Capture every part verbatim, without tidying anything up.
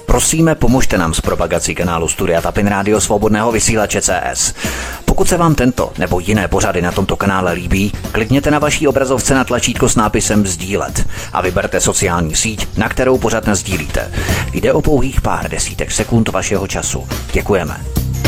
Prosíme, pomožte nám s propagací kanálu Studia Tapin Rádio Svobodného vysílače C S. Pokud se vám tento nebo jiné pořady na tomto kanále líbí, klikněte na vaší obrazovce na tlačítko s nápisem sdílet a vyberte sociální síť, na kterou pořad nasdílíte. Jde o pouhých pár desítek sekund vašeho času. Děkujeme.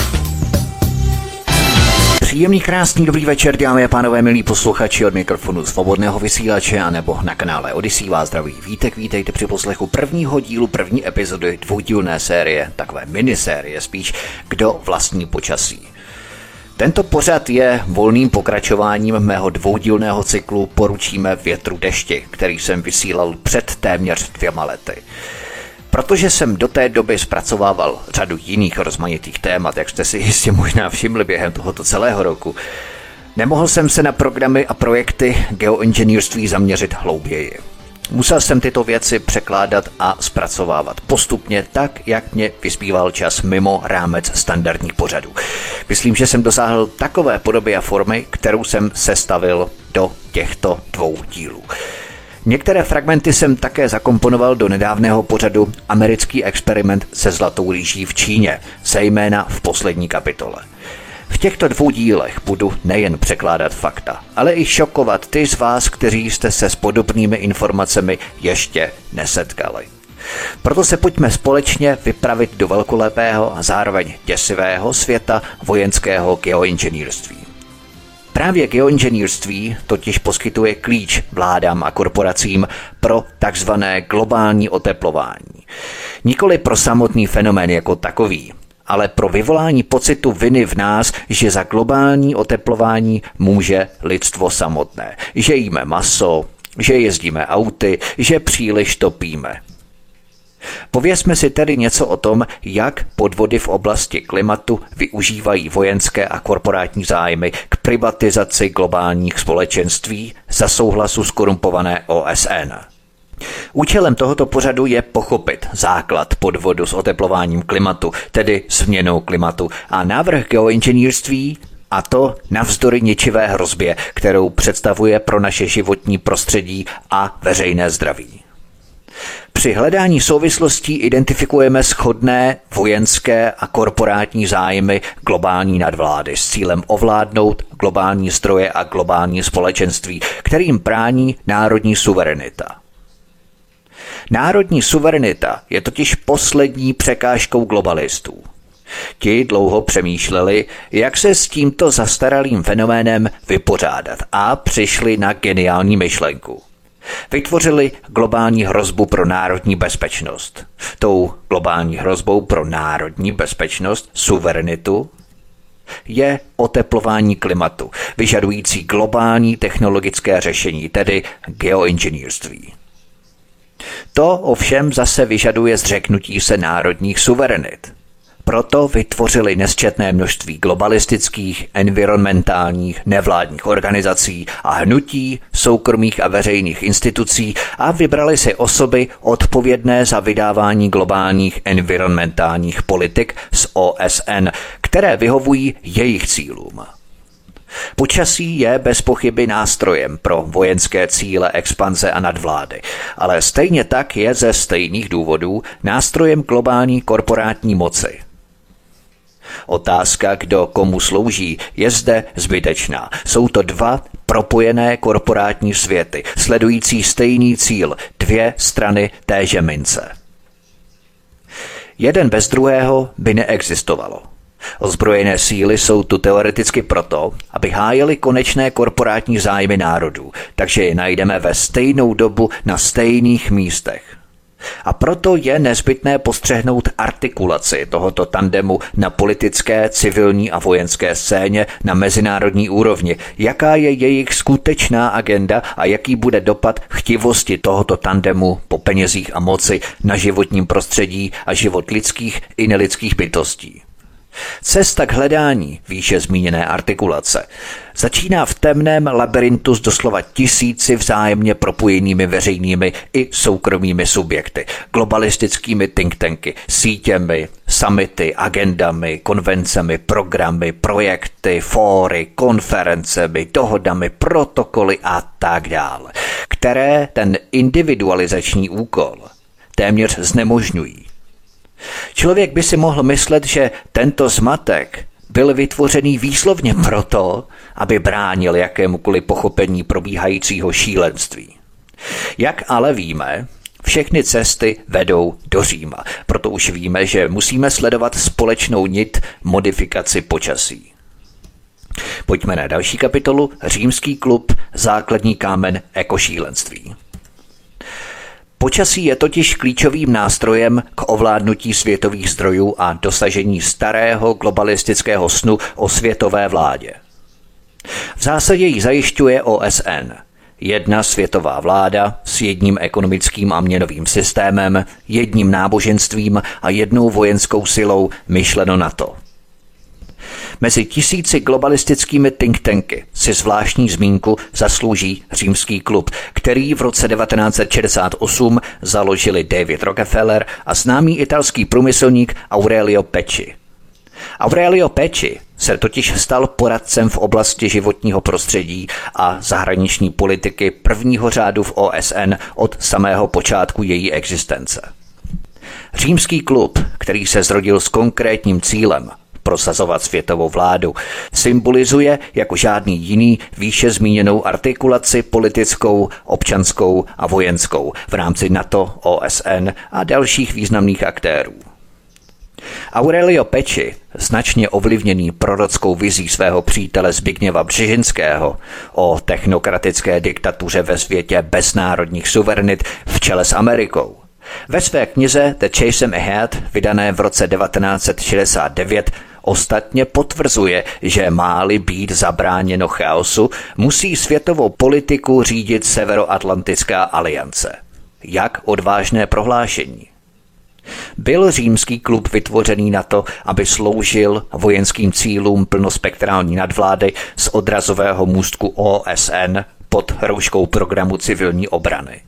Příjemný, krásný, dobrý večer, dámy a pánové, milí posluchači, od mikrofonu Svobodného vysílače a nebo na kanále Odyssey vás zdraví Vítek. Vítejte při poslechu prvního dílu první epizody dvoudílné série, takové minisérie spíš, Kdo vlastní počasí. Tento pořad je volným pokračováním mého dvoudílného cyklu Poručíme větru dešti, který jsem vysílal před téměř dvěma lety. Protože jsem do té doby zpracovával řadu jiných rozmanitých témat, jak jste si jistě možná všimli během tohoto celého roku, nemohl jsem se na programy a projekty geoinženýrství zaměřit hlouběji. Musel jsem tyto věci překládat a zpracovávat postupně tak, jak mě vyzbýval čas mimo rámec standardních pořadů. Myslím, že jsem dosáhl takové podoby a formy, kterou jsem sestavil do těchto dvou dílů. Některé fragmenty jsem také zakomponoval do nedávného pořadu Americký experiment se zlatou rýží v Číně, zejména v poslední kapitole. V těchto dvou dílech budu nejen překládat fakta, ale i šokovat ty z vás, kteří jste se s podobnými informacemi ještě nesetkali. Proto se pojďme společně vypravit do velkolepého a zároveň děsivého světa vojenského geoinženýrství. Právě geoinženýrství totiž poskytuje klíč vládám a korporacím pro takzvané globální oteplování. Nikoli pro samotný fenomén jako takový, ale pro vyvolání pocitu viny v nás, že za globální oteplování může lidstvo samotné. Že jíme maso, že jezdíme auty, že příliš topíme. Povězme si tedy něco o tom, jak podvody v oblasti klimatu využívají vojenské a korporátní zájmy k privatizaci globálních společenství za souhlasu skorumpované O S N. Účelem tohoto pořadu je pochopit základ podvodu s oteplováním klimatu, tedy změnou klimatu, a návrh geoinženýrství, a to navzdory ničivé hrozbě, kterou představuje pro naše životní prostředí a veřejné zdraví. Při hledání souvislostí identifikujeme shodné vojenské a korporátní zájmy globální nadvlády s cílem ovládnout globální zdroje a globální společenství, kterým brání národní suverenita. Národní suverenita je totiž poslední překážkou globalistů. Ti dlouho přemýšleli, jak se s tímto zastaralým fenoménem vypořádat, a přišli na geniální myšlenku. Vytvořili globální hrozbu pro národní bezpečnost. Tou globální hrozbou pro národní bezpečnost, suverenitu, je oteplování klimatu, vyžadující globální technologické řešení, tedy geoinženýrství. To ovšem zase vyžaduje zřeknutí se národních suverenit. Proto vytvořili nesčetné množství globalistických, environmentálních, nevládních organizací a hnutí, soukromých a veřejných institucí a vybrali si osoby odpovědné za vydávání globálních environmentálních politik z O S N, které vyhovují jejich cílům. Počasí je bez pochyby nástrojem pro vojenské cíle expanze a nadvlády, ale stejně tak je ze stejných důvodů nástrojem globální korporátní moci. Otázka, kdo komu slouží, je zde zbytečná. Jsou to dva propojené korporátní světy, sledující stejný cíl, dvě strany téže mince. Jeden bez druhého by neexistovalo. Ozbrojené síly jsou tu teoreticky proto, aby hájily konečné korporátní zájmy národů, takže je najdeme ve stejnou dobu na stejných místech. A proto je nezbytné postřehnout artikulaci tohoto tandemu na politické, civilní a vojenské scéně na mezinárodní úrovni, jaká je jejich skutečná agenda a jaký bude dopad chtivosti tohoto tandemu po penězích a moci na životním prostředí a život lidských i nelidských bytostí. Cesta k hledání výše zmíněné artikulace začíná v temném labirintu s doslova tisíci vzájemně propojenými veřejnými i soukromými subjekty, globalistickými think tanky, sítěmi, summity, agendami, konvencemi, programy, projekty, fóry, konferencemi, dohodami, protokoly a tak dále, které ten individualizační úkol téměř znemožňují. Člověk by si mohl myslet, že tento zmatek byl vytvořený výslovně proto, aby bránil jakémukoliv pochopení probíhajícího šílenství. Jak ale víme, všechny cesty vedou do Říma, proto už víme, že musíme sledovat společnou nit modifikaci počasí. Pojďme na další kapitolu, Římský klub, základní kámen ekošílenství. Počasí je totiž klíčovým nástrojem k ovládnutí světových zdrojů a dosažení starého globalistického snu o světové vládě. V zásadě ji zajišťuje O S N, jedna světová vláda s jedním ekonomickým a měnovým systémem, jedním náboženstvím a jednou vojenskou silou, myšleno NATO. Mezi tisíci globalistickými think tanky si zvláštní zmínku zaslouží Římský klub, který v roce devatenáct set šedesát osm založili David Rockefeller a známý italský průmyslník Aurelio Pecci. Aurelio Pecci se totiž stal poradcem v oblasti životního prostředí a zahraniční politiky prvního řádu v O S N od samého počátku její existence. Římský klub, který se zrodil s konkrétním cílem prosazovat světovou vládu, symbolizuje jako žádný jiný výše zmíněnou artikulaci politickou, občanskou a vojenskou v rámci NATO, O S N a dalších významných aktérů. Aurelio Pecci, značně ovlivněný prorockou vizí svého přítele Zbigněva Břežinského o technokratické diktatuře ve světě bez národních suverenit v čele s Amerikou, ve své knize The Chasm Ahead, vydané v roce devatenáct set šedesát devět, ostatně potvrzuje, že má-li být zabráněno chaosu, musí světovou politiku řídit Severoatlantická aliance. Jak odvážné prohlášení. Byl Římský klub vytvořený na to, aby sloužil vojenským cílům plnospektrální nadvlády z odrazového můstku O S N pod rouškou programu civilní obrany.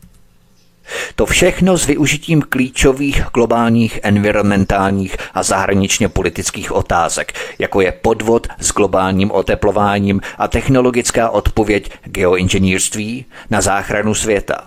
To všechno s využitím klíčových globálních environmentálních a zahraničně politických otázek, jako je podvod s globálním oteplováním a technologická odpověď geoinženýrství na záchranu světa.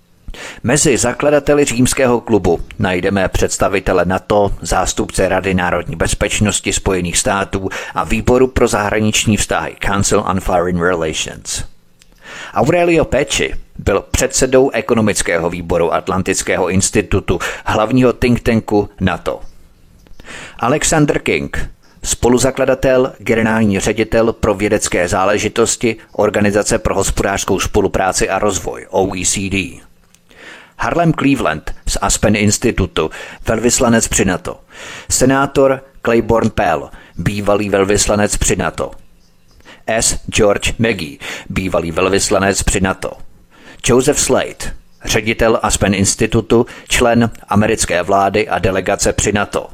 Mezi zakladateli Římského klubu najdeme představitele NATO, zástupce Rady národní bezpečnosti Spojených států a Výboru pro zahraniční vztahy Council on Foreign Relations. Aurelio Pecci byl předsedou ekonomického výboru Atlantického institutu, hlavního think tanku NATO. Alexander King, spoluzakladatel, generální ředitel pro vědecké záležitosti Organizace pro hospodářskou spolupráci a rozvoj O E C D. Harlem Cleveland z Aspen institutu, velvyslanec při NATO. Senátor Claiborne Pell, bývalý velvyslanec při NATO. S. George Magee, bývalý velvyslanec při NATO. Joseph Slade, ředitel Aspen institutu, člen americké vlády a delegace při NATO.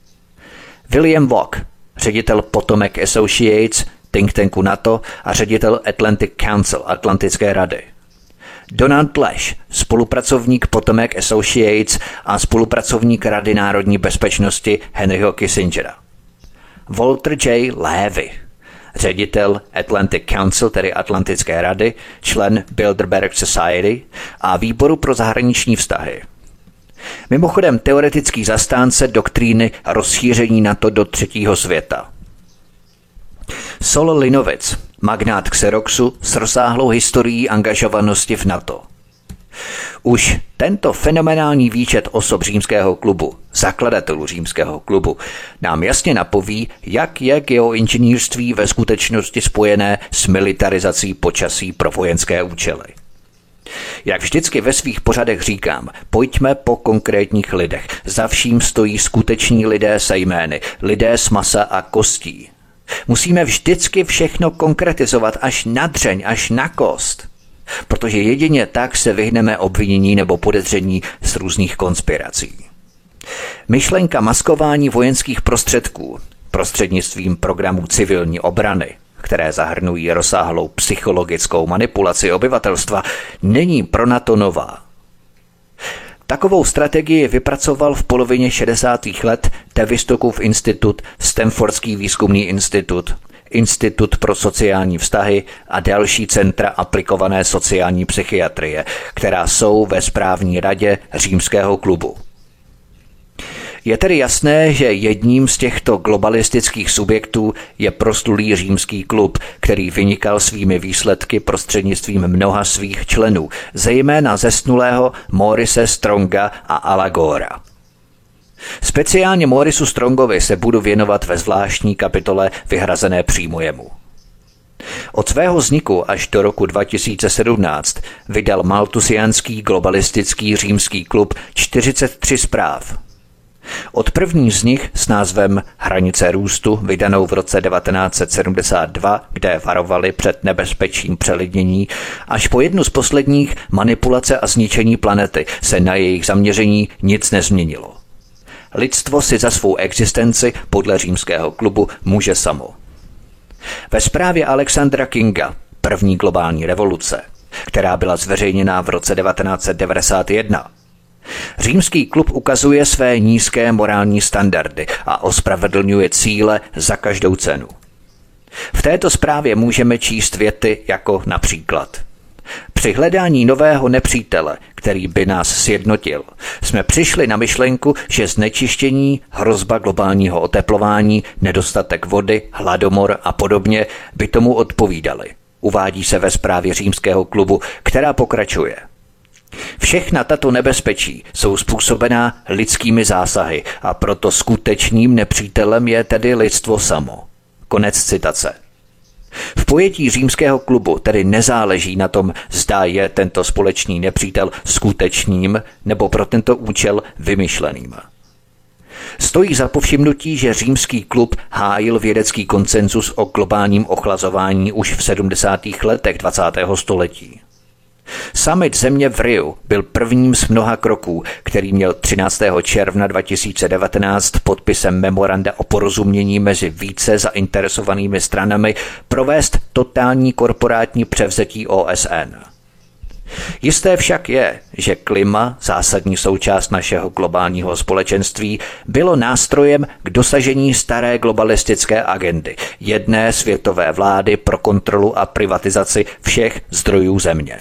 William Vaughn, ředitel Potomac Associates, think tanku NATO a ředitel Atlantic Council, Atlantické rady. Donald Lash, spolupracovník Potomac Associates a spolupracovník Rady národní bezpečnosti Henryho Kissingera. Walter J. Levy, ředitel Atlantic Council, tedy Atlantické rady, člen Bilderberg Society a Výboru pro zahraniční vztahy. Mimochodem teoretický zastánce doktríny rozšíření NATO do třetího světa. Sol Linovic, magnát Xeroxu s rozsáhlou historií angažovanosti v NATO. Už tento fenomenální výčet osob Římského klubu, zakladatelů Římského klubu, nám jasně napoví, jak je geoinženýrství ve skutečnosti spojené s militarizací počasí pro vojenské účely. Jak vždycky ve svých pořadech říkám, pojďme po konkrétních lidech. Za vším stojí skuteční lidé se jmény, lidé s masa a kostí. Musíme vždycky všechno konkretizovat až na dřeň, až na kost. Protože jedině tak se vyhneme obvinění nebo podezření z různých konspirací. Myšlenka maskování vojenských prostředků prostřednictvím programů civilní obrany, které zahrnují rozsáhlou psychologickou manipulaci obyvatelstva, není pro NATO nová. Takovou strategii vypracoval v polovině šedesátých let Tavistokův institut, Stanfordský výzkumný institut, Institut pro sociální vztahy a další centra aplikované sociální psychiatrie, která jsou ve správní radě Římského klubu. Je tedy jasné, že jedním z těchto globalistických subjektů je proslulý Římský klub, který vynikal svými výsledky prostřednictvím mnoha svých členů, zejména zesnulého Maurice Stronga a Ala Gora. Speciálně Mauricu Strongovi se budu věnovat ve zvláštní kapitole vyhrazené přímo jemu. Od svého vzniku až do roku dva tisíce sedmnáct vydal maltusiánský globalistický Římský klub čtyřicet tři zpráv. Od první z nich s názvem Hranice růstu, vydanou v roce devatenáct set sedmdesát dva, kde varovali před nebezpečím přelidnění, až po jednu z posledních Manipulace a zničení planety, se na jejich zaměření nic nezměnilo. Lidstvo si za svou existenci podle Římského klubu může samo. Ve zprávě Alexandra Kinga První globální revoluce, která byla zveřejněná v roce devatenáct set devadesát jedna, Římský klub ukazuje své nízké morální standardy a ospravedlňuje cíle za každou cenu. V této zprávě můžeme číst věty jako například: při hledání nového nepřítele, který by nás sjednotil, jsme přišli na myšlenku, že znečištění, hrozba globálního oteplování, nedostatek vody, hladomor a podobně by tomu odpovídali. Uvádí se ve zprávě Římského klubu, která pokračuje: všechna tato nebezpečí jsou způsobená lidskými zásahy a proto skutečným nepřítelem je tedy lidstvo samo. Konec citace. V pojetí Římského klubu tedy nezáleží na tom, zda je tento společný nepřítel skutečným nebo pro tento účel vymyšleným. Stojí za povšimnutí, že Římský klub hájil vědecký konsenzus o globálním ochlazování už v sedmdesátých letech dvacátého století. Summit země v Riu byl prvním z mnoha kroků, který měl třináctého června dva tisíce devatenáct podpisem memoranda o porozumění mezi více zainteresovanými stranami provést totální korporátní převzetí O S N. Jisté však je, že klima, zásadní součást našeho globálního společenství, bylo nástrojem k dosažení staré globalistické agendy, jedné světové vlády pro kontrolu a privatizaci všech zdrojů země.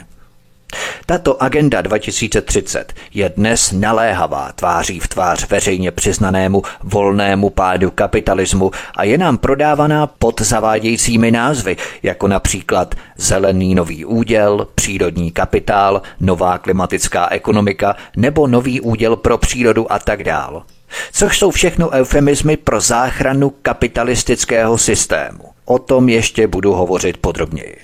Tato agenda dva tisíce třicet je dnes naléhavá tváří v tvář veřejně přiznanému volnému pádu kapitalismu a je nám prodávaná pod zavádějícími názvy, jako například zelený nový úděl, přírodní kapitál, nová klimatická ekonomika nebo nový úděl pro přírodu a tak dál. Což jsou všechno eufemismy pro záchranu kapitalistického systému. O tom ještě budu hovořit podrobněji.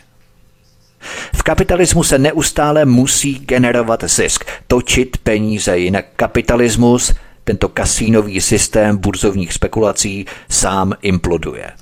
V kapitalismu se neustále musí generovat zisk, točit peníze, jinak kapitalismus, tento kasínový systém burzovních spekulací, sám imploduje.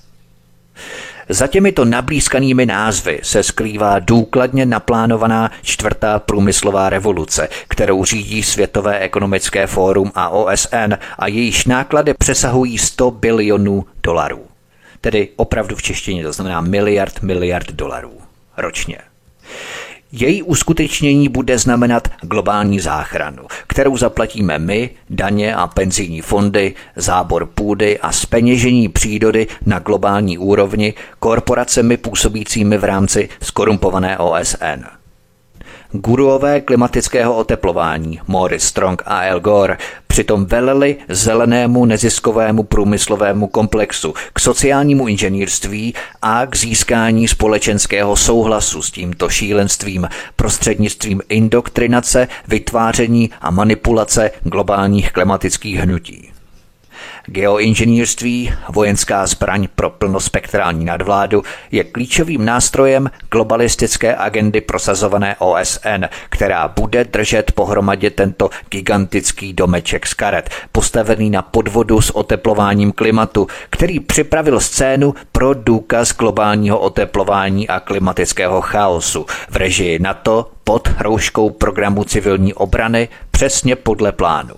Za těmito nablýskanými názvy se skrývá důkladně naplánovaná čtvrtá průmyslová revoluce, kterou řídí Světové ekonomické fórum a O S N a jejíž náklady přesahují sto bilionů dolarů. Tedy opravdu v češtině to znamená miliard miliard dolarů ročně. Její uskutečnění bude znamenat globální záchranu, kterou zaplatíme my, daně a penzijní fondy, zábor půdy a zpeněžení přírody na globální úrovni korporacemi působícími v rámci zkorumpované O S N. Guruové klimatického oteplování Maurice Strong a Al Gore přitom veleli zelenému neziskovému průmyslovému komplexu, k sociálnímu inženýrství a k získání společenského souhlasu s tímto šílenstvím prostřednictvím indoktrinace, vytváření a manipulace globálních klimatických hnutí. Geoinženýrství, vojenská zbraň pro plnospektrální nadvládu, je klíčovým nástrojem globalistické agendy prosazované O S N, která bude držet pohromadě tento gigantický domeček z karet, postavený na podvodu s oteplováním klimatu, který připravil scénu pro důkaz globálního oteplování a klimatického chaosu v režii NATO pod rouškou programu civilní obrany přesně podle plánu.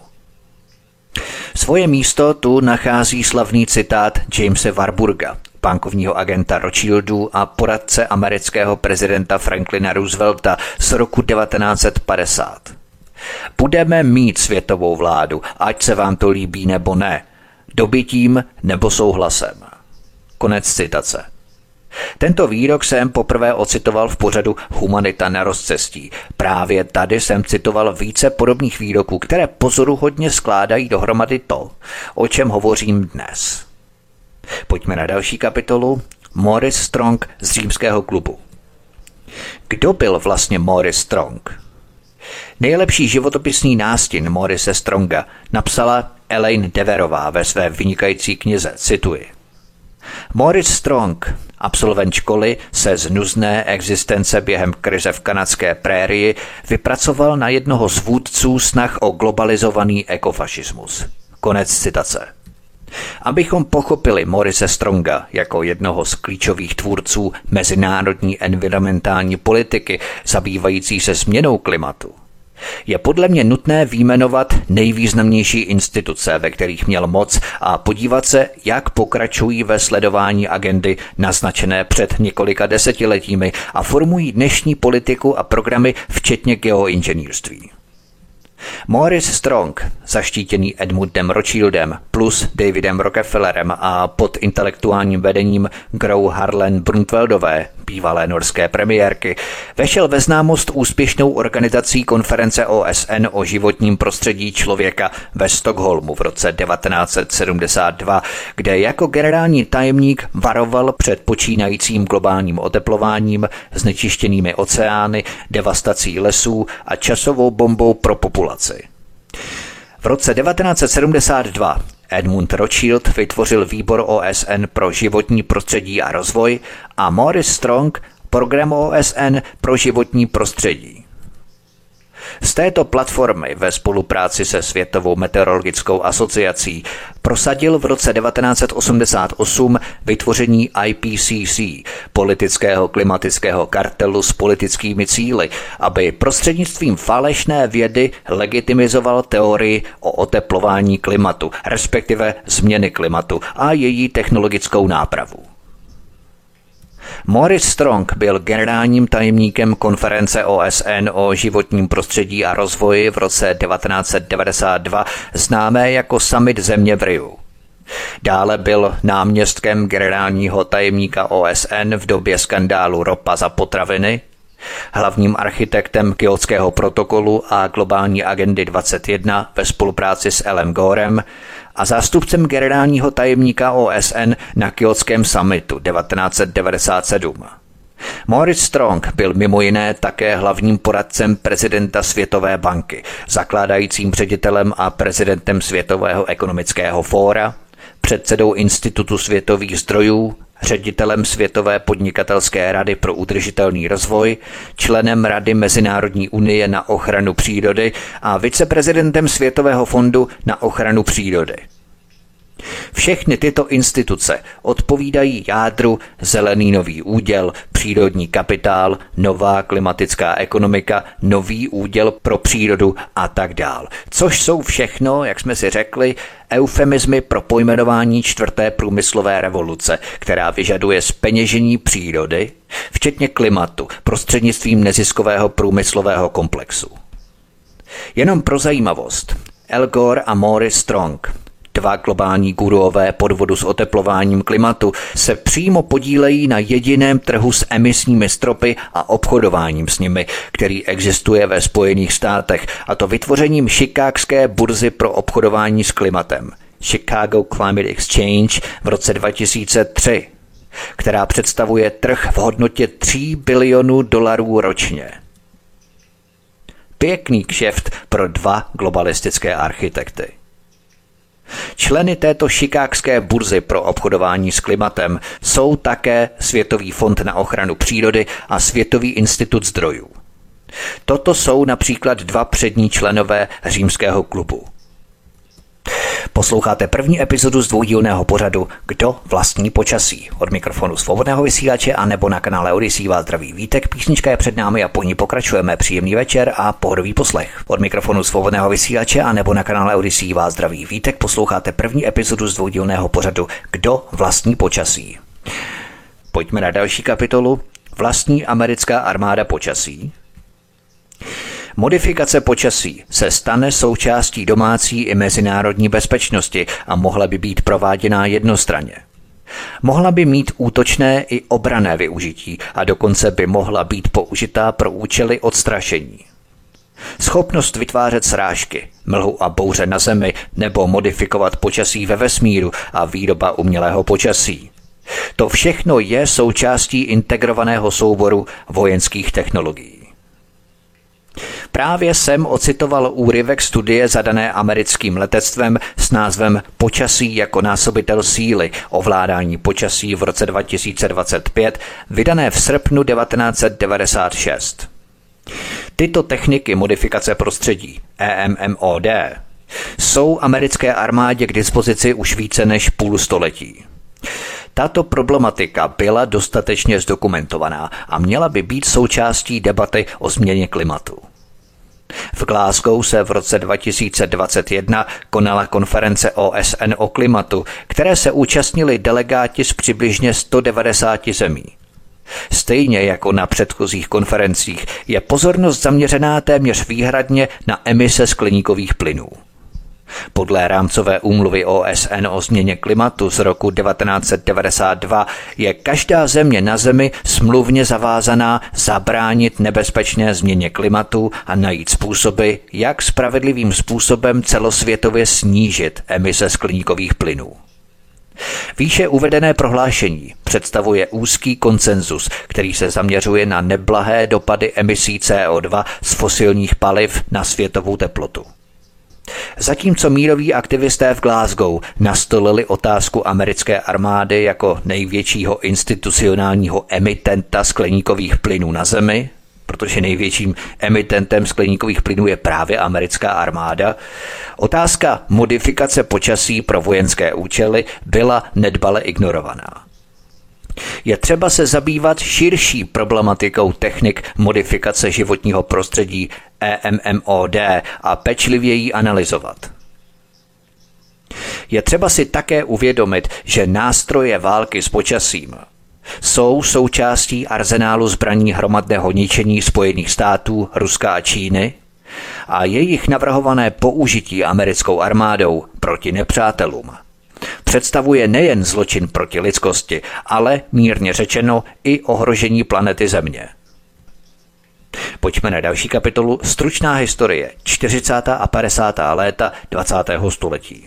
Svoje místo tu nachází slavný citát Jamese Warburga, bankovního agenta Rothschildů a poradce amerického prezidenta Franklina Roosevelta z roku devatenáct set padesát. Budeme mít světovou vládu, ať se vám to líbí nebo ne, dobytím nebo souhlasem. Konec citace. Tento výrok jsem poprvé ocitoval v pořadu Humanita na rozcestí. Právě tady jsem citoval více podobných výroků, které pozoruhodně skládají dohromady to, o čem hovořím dnes. Pojďme na další kapitolu. Maurice Strong z Římského klubu. Kdo byl vlastně Maurice Strong? Nejlepší životopisný nástin Maurice Stronga napsala Elaine Deverová ve své vynikající knize, cituji. Maurice Strong, absolvent školy, se z nuzné existence během krize v kanadské prérii vypracoval na jednoho z vůdců snah o globalizovaný ekofašismus. Konec citace. Abychom pochopili Maurice Stronga jako jednoho z klíčových tvůrců mezinárodní environmentální politiky zabývající se změnou klimatu, je podle mě nutné vyjmenovat nejvýznamnější instituce, ve kterých měl moc, a podívat se, jak pokračují ve sledování agendy naznačené před několika desetiletími a formují dnešní politiku a programy včetně geoinženýrství. Maurice Strong, zaštítěný Edmundem Rothschildem plus Davidem Rockefellerem a pod intelektuálním vedením Gro Harlem Brundtlandové, bývalé norské premiérky, vešel ve známost úspěšnou organizací konference O S N o životním prostředí člověka ve Stockholmu v roce devatenáct set sedmdesát dva, kde jako generální tajemník varoval před počínajícím globálním oteplováním, znečištěnými oceány, devastací lesů a časovou bombou pro populaci. V roce devatenáct set sedmdesát dva Edmund Rothschild vytvořil výbor O S N pro životní prostředí a rozvoj a Maurice Strong program O S N pro životní prostředí. Z této platformy ve spolupráci se Světovou meteorologickou asociací prosadil v roce devatenáct set osmdesát osm vytvoření I P C C, politického klimatického kartelu s politickými cíli, aby prostřednictvím falešné vědy legitimizoval teorii o oteplování klimatu, respektive změny klimatu a její technologickou nápravu. Maurice Strong byl generálním tajemníkem konference O S N o životním prostředí a rozvoji v roce devatenáct set devadesát dva, známé jako Summit země v Riu. Dále byl náměstkem generálního tajemníka O S N v době skandálu ropa za potraviny, hlavním architektem Kyotského protokolu a globální agendy dvacet jedna ve spolupráci s Alem Gorem a zástupcem generálního tajemníka O S N na Kyotském summitu devatenáct set devadesát sedm. Maurice Strong byl mimo jiné také hlavním poradcem prezidenta Světové banky, zakládajícím ředitelem a prezidentem Světového ekonomického fóra, předsedou Institutu světových zdrojů, ředitelem Světové podnikatelské rady pro udržitelný rozvoj, členem Rady Mezinárodní unie na ochranu přírody a viceprezidentem Světového fondu na ochranu přírody. Všechny tyto instituce odpovídají jádru zelený nový úděl, přírodní kapitál, nová klimatická ekonomika, nový úděl pro přírodu a tak dál. Což jsou všechno, jak jsme si řekli, eufemizmy pro pojmenování čtvrté průmyslové revoluce, která vyžaduje zpeněžení přírody, včetně klimatu, prostřednictvím neziskového průmyslového komplexu. Jenom pro zajímavost, Al Gore a Maurice Strong, dva globální guruové podvodu s oteplováním klimatu, se přímo podílejí na jediném trhu s emisními stropy a obchodováním s nimi, který existuje ve Spojených státech, a to vytvořením chicagské burzy pro obchodování s klimatem, Chicago Climate Exchange, v roce dva tisíce tři, která představuje trh v hodnotě tři bilionů dolarů ročně. Pěkný kšeft pro dva globalistické architekty. Členy této chicagské burzy pro obchodování s klimatem jsou také Světový fond na ochranu přírody a Světový institut zdrojů. Toto jsou například dva přední členové Římského klubu. Posloucháte první epizodu z dvoudílného pořadu Kdo vlastní počasí? Od mikrofonu Svobodného vysílače a nebo na kanále Odyssey vás zdraví Vítek, písnička je před námi a po ní pokračujeme. Příjemný večer a pohodový poslech. Od mikrofonu Svobodného vysílače a nebo na kanále Odyssey vás zdraví Vítek, posloucháte první epizodu z dvoudílného pořadu Kdo vlastní počasí? Pojďme na další kapitolu. Vlastní americká armáda počasí? Modifikace počasí se stane součástí domácí i mezinárodní bezpečnosti a mohla by být prováděná jednostranně. Mohla by mít útočné i obranné využití a dokonce by mohla být použitá pro účely odstrašení. Schopnost vytvářet srážky, mlhu a bouře na Zemi nebo modifikovat počasí ve vesmíru a výroba umělého počasí. To všechno je součástí integrovaného souboru vojenských technologií. Právě jsem ocitoval úryvek studie zadané americkým letectvem s názvem Počasí jako násobitel síly, ovládání počasí v roce dva tisíce dvacet pět, vydané v srpnu devatenáct set devadesát šest. Tyto techniky modifikace prostředí, E M M O D, jsou americké armádě k dispozici už více než půl století. Tato problematika byla dostatečně zdokumentovaná a měla by být součástí debaty o změně klimatu. V Glasgow se v roce dva tisíce dvacet jedna konala konference O S N o klimatu, které se účastnili delegáti z přibližně sto devadesáti zemí. Stejně jako na předchozích konferencích je pozornost zaměřená téměř výhradně na emise skleníkových plynů. Podle rámcové úmluvy O S N o změně klimatu z roku devatenáct set devadesát dva je každá země na Zemi smluvně zavázaná zabránit nebezpečné změně klimatu a najít způsoby, jak spravedlivým způsobem celosvětově snížit emise skleníkových plynů. Výše uvedené prohlášení představuje úzký konsenzus, který se zaměřuje na neblahé dopady emisí C O dva z fosilních paliv na světovou teplotu. Zatímco míroví aktivisté v Glasgow nastolili otázku americké armády jako největšího institucionálního emitenta skleníkových plynů na Zemi, protože největším emitentem skleníkových plynů je právě americká armáda, otázka modifikace počasí pro vojenské účely byla nedbale ignorovaná. Je třeba se zabývat širší problematikou technik modifikace životního prostředí E M M O D a pečlivě ji analyzovat. Je třeba si také uvědomit, že nástroje války s počasím jsou součástí arzenálu zbraní hromadného ničení Spojených států, Ruska a Číny a jejich navrhované použití americkou armádou proti nepřátelům představuje nejen zločin proti lidskosti, ale mírně řečeno i ohrožení planety Země. Pojďme na další kapitolu Stručná historie čtyřicátá a padesátá léta dvacátého století.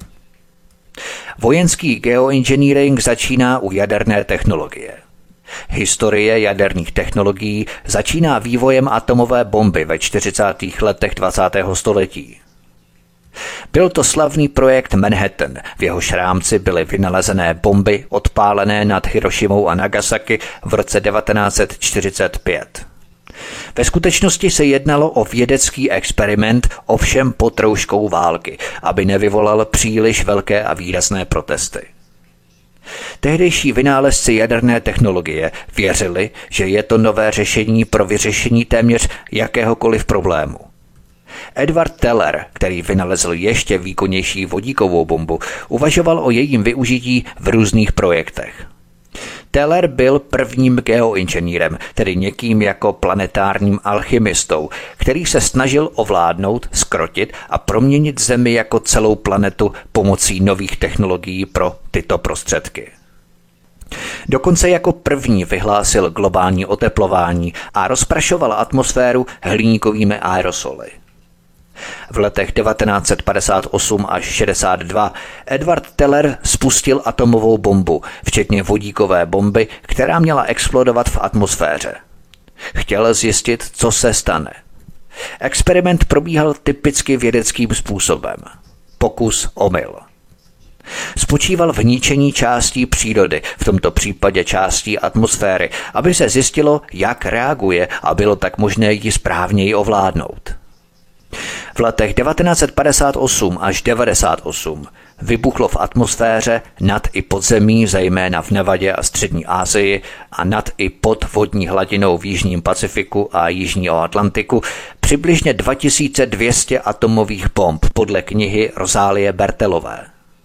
Vojenský geoengineering začíná u jaderné technologie. Historie jaderných technologií začíná vývojem atomové bomby ve čtyřicátých letech dvacátého století. Byl to slavný projekt Manhattan, v jehož rámci byly vynalezené bomby odpálené nad Hirošimou a Nagasaki v roce devatenáct set čtyřicet pět. Ve skutečnosti se jednalo o vědecký experiment, ovšem pod rouškou války, aby nevyvolal příliš velké a výrazné protesty. Tehdejší vynálezci jaderné technologie věřili, že je to nové řešení pro vyřešení téměř jakéhokoliv problému. Edward Teller, který vynalezl ještě výkonnější vodíkovou bombu, uvažoval o jejím využití v různých projektech. Teller byl prvním geoinženýrem, tedy někým jako planetárním alchymistou, který se snažil ovládnout, zkrotit a proměnit Zemi jako celou planetu pomocí nových technologií pro tyto prostředky. Dokonce jako první vyhlásil globální oteplování a rozprašoval atmosféru hliníkovými aerosoly. V letech devatenáct set padesát osm až šedesát dva Edward Teller spustil atomovou bombu, včetně vodíkové bomby, která měla explodovat v atmosféře. Chtěl zjistit, co se stane. Experiment probíhal typicky vědeckým způsobem. Pokus omyl. Spočíval v ničení částí přírody, v tomto případě částí atmosféry, aby se zjistilo, jak reaguje a bylo tak možné ji správněji ovládnout. V letech devatenáct set padesát osm až devadesát osm vybuchlo v atmosféře nad i pod zemí, zejména v Nevadě a střední Asii, a nad i pod vodní hladinou v jižním Pacifiku a jižního Atlantiku přibližně dva tisíce dvě stě atomových bomb podle knihy Rozálie Bertelové.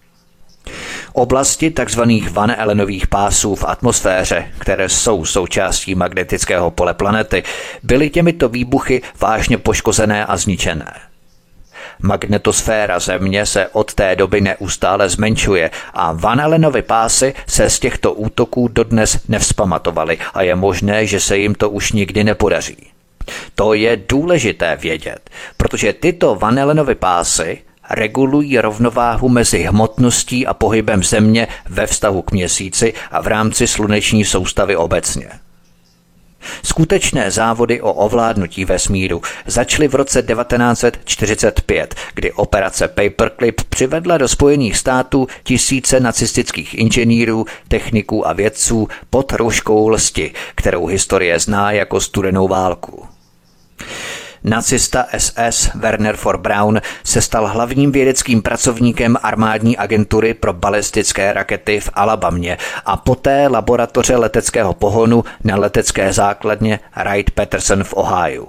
Oblasti tzv. Van Allenových pásů v atmosféře, které jsou součástí magnetického pole planety, byly těmito výbuchy vážně poškozené a zničené. Magnetosféra Země se od té doby neustále zmenšuje a Van Allenovy pásy se z těchto útoků dodnes nevzpamatovaly a je možné, že se jim to už nikdy nepodaří. To je důležité vědět, protože tyto Van Allenovy pásy regulují rovnováhu mezi hmotností a pohybem Země ve vztahu k Měsíci a v rámci sluneční soustavy obecně. Skutečné závody o ovládnutí vesmíru začaly v roce devatenáct set čtyřicet pět, kdy operace Paperclip přivedla do Spojených států tisíce nacistických inženýrů, techniků a vědců pod rouškou lsti, kterou historie zná jako studenou válku. Nacista S S Werner von Braun se stal hlavním vědeckým pracovníkem armádní agentury pro balistické rakety v Alabamě a poté laboratoře leteckého pohonu na letecké základně Wright-Patterson v Ohiu.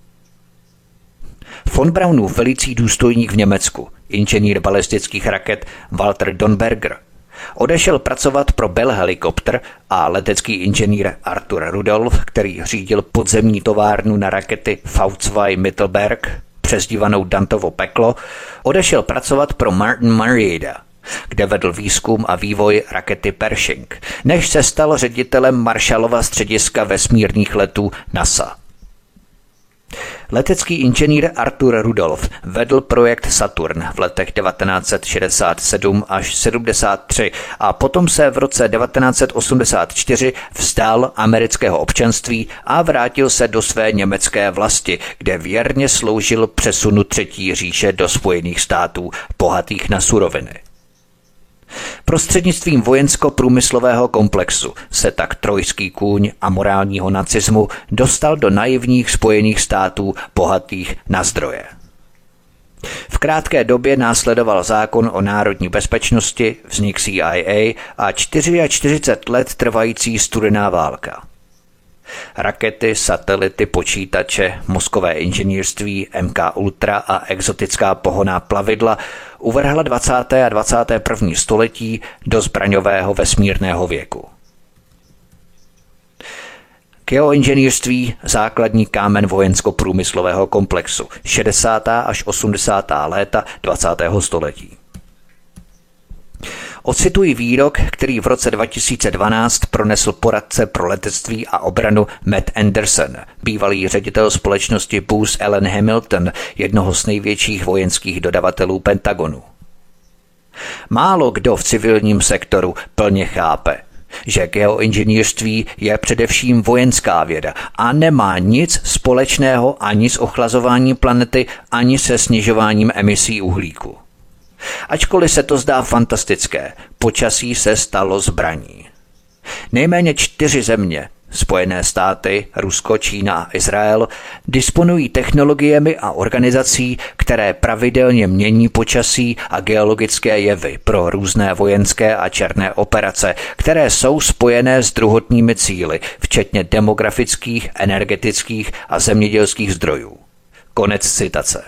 Von Braunův velicí důstojník v Německu, inženýr balistických raket Walter Donberger, odešel pracovat pro Bell Helicopter a letecký inženýr Arthur Rudolph, který řídil podzemní továrnu na rakety V dva Mittelberg, přezdívanou Dantovo peklo, odešel pracovat pro Martin Marietta, kde vedl výzkum a vývoj rakety Pershing, než se stal ředitelem Marshallova střediska vesmírných letů NASA. Letecký inženýr Arthur Rudolph vedl projekt Saturn v letech devatenáct set šedesát sedm až sedmdesát tři a potom se v roce devatenáct set osmdesát čtyři vzdal amerického občanství a vrátil se do své německé vlasti, kde věrně sloužil přesunu Třetí říše do Spojených států, bohatých na suroviny. Prostřednictvím vojensko-průmyslového komplexu se tak trojský kůň amorálního nacismu dostal do naivních Spojených států bohatých na zdroje. V krátké době následoval zákon o národní bezpečnosti, vznik C I A a čtyřicet čtyři let trvající studená válka. Rakety, satelity, počítače, mozkové inženýrství, M K Ultra a exotická pohonná plavidla uvrhla dvacátého a dvacátého prvního století do zbraňového vesmírného věku. Geoinženýrství, základní kámen vojensko-průmyslového komplexu, šedesátá až osmdesátá léta dvacátého století. Ocituji výrok, který v roce dva tisíce dvanáct pronesl poradce pro letectví a obranu Matt Anderson, bývalý ředitel společnosti Booz Allen Hamilton, jednoho z největších vojenských dodavatelů Pentagonu. Málo kdo v civilním sektoru plně chápe, že geoinženýrství je především vojenská věda a nemá nic společného ani s ochlazováním planety, ani se snižováním emisí uhlíku. Ačkoliv se to zdá fantastické, počasí se stalo zbraní. Nejméně čtyři země, Spojené státy, Rusko, Čína a Izrael, disponují technologiemi a organizací, které pravidelně mění počasí a geologické jevy pro různé vojenské a černé operace, které jsou spojené s druhotnými cíli, včetně demografických, energetických a zemědělských zdrojů. Konec citace.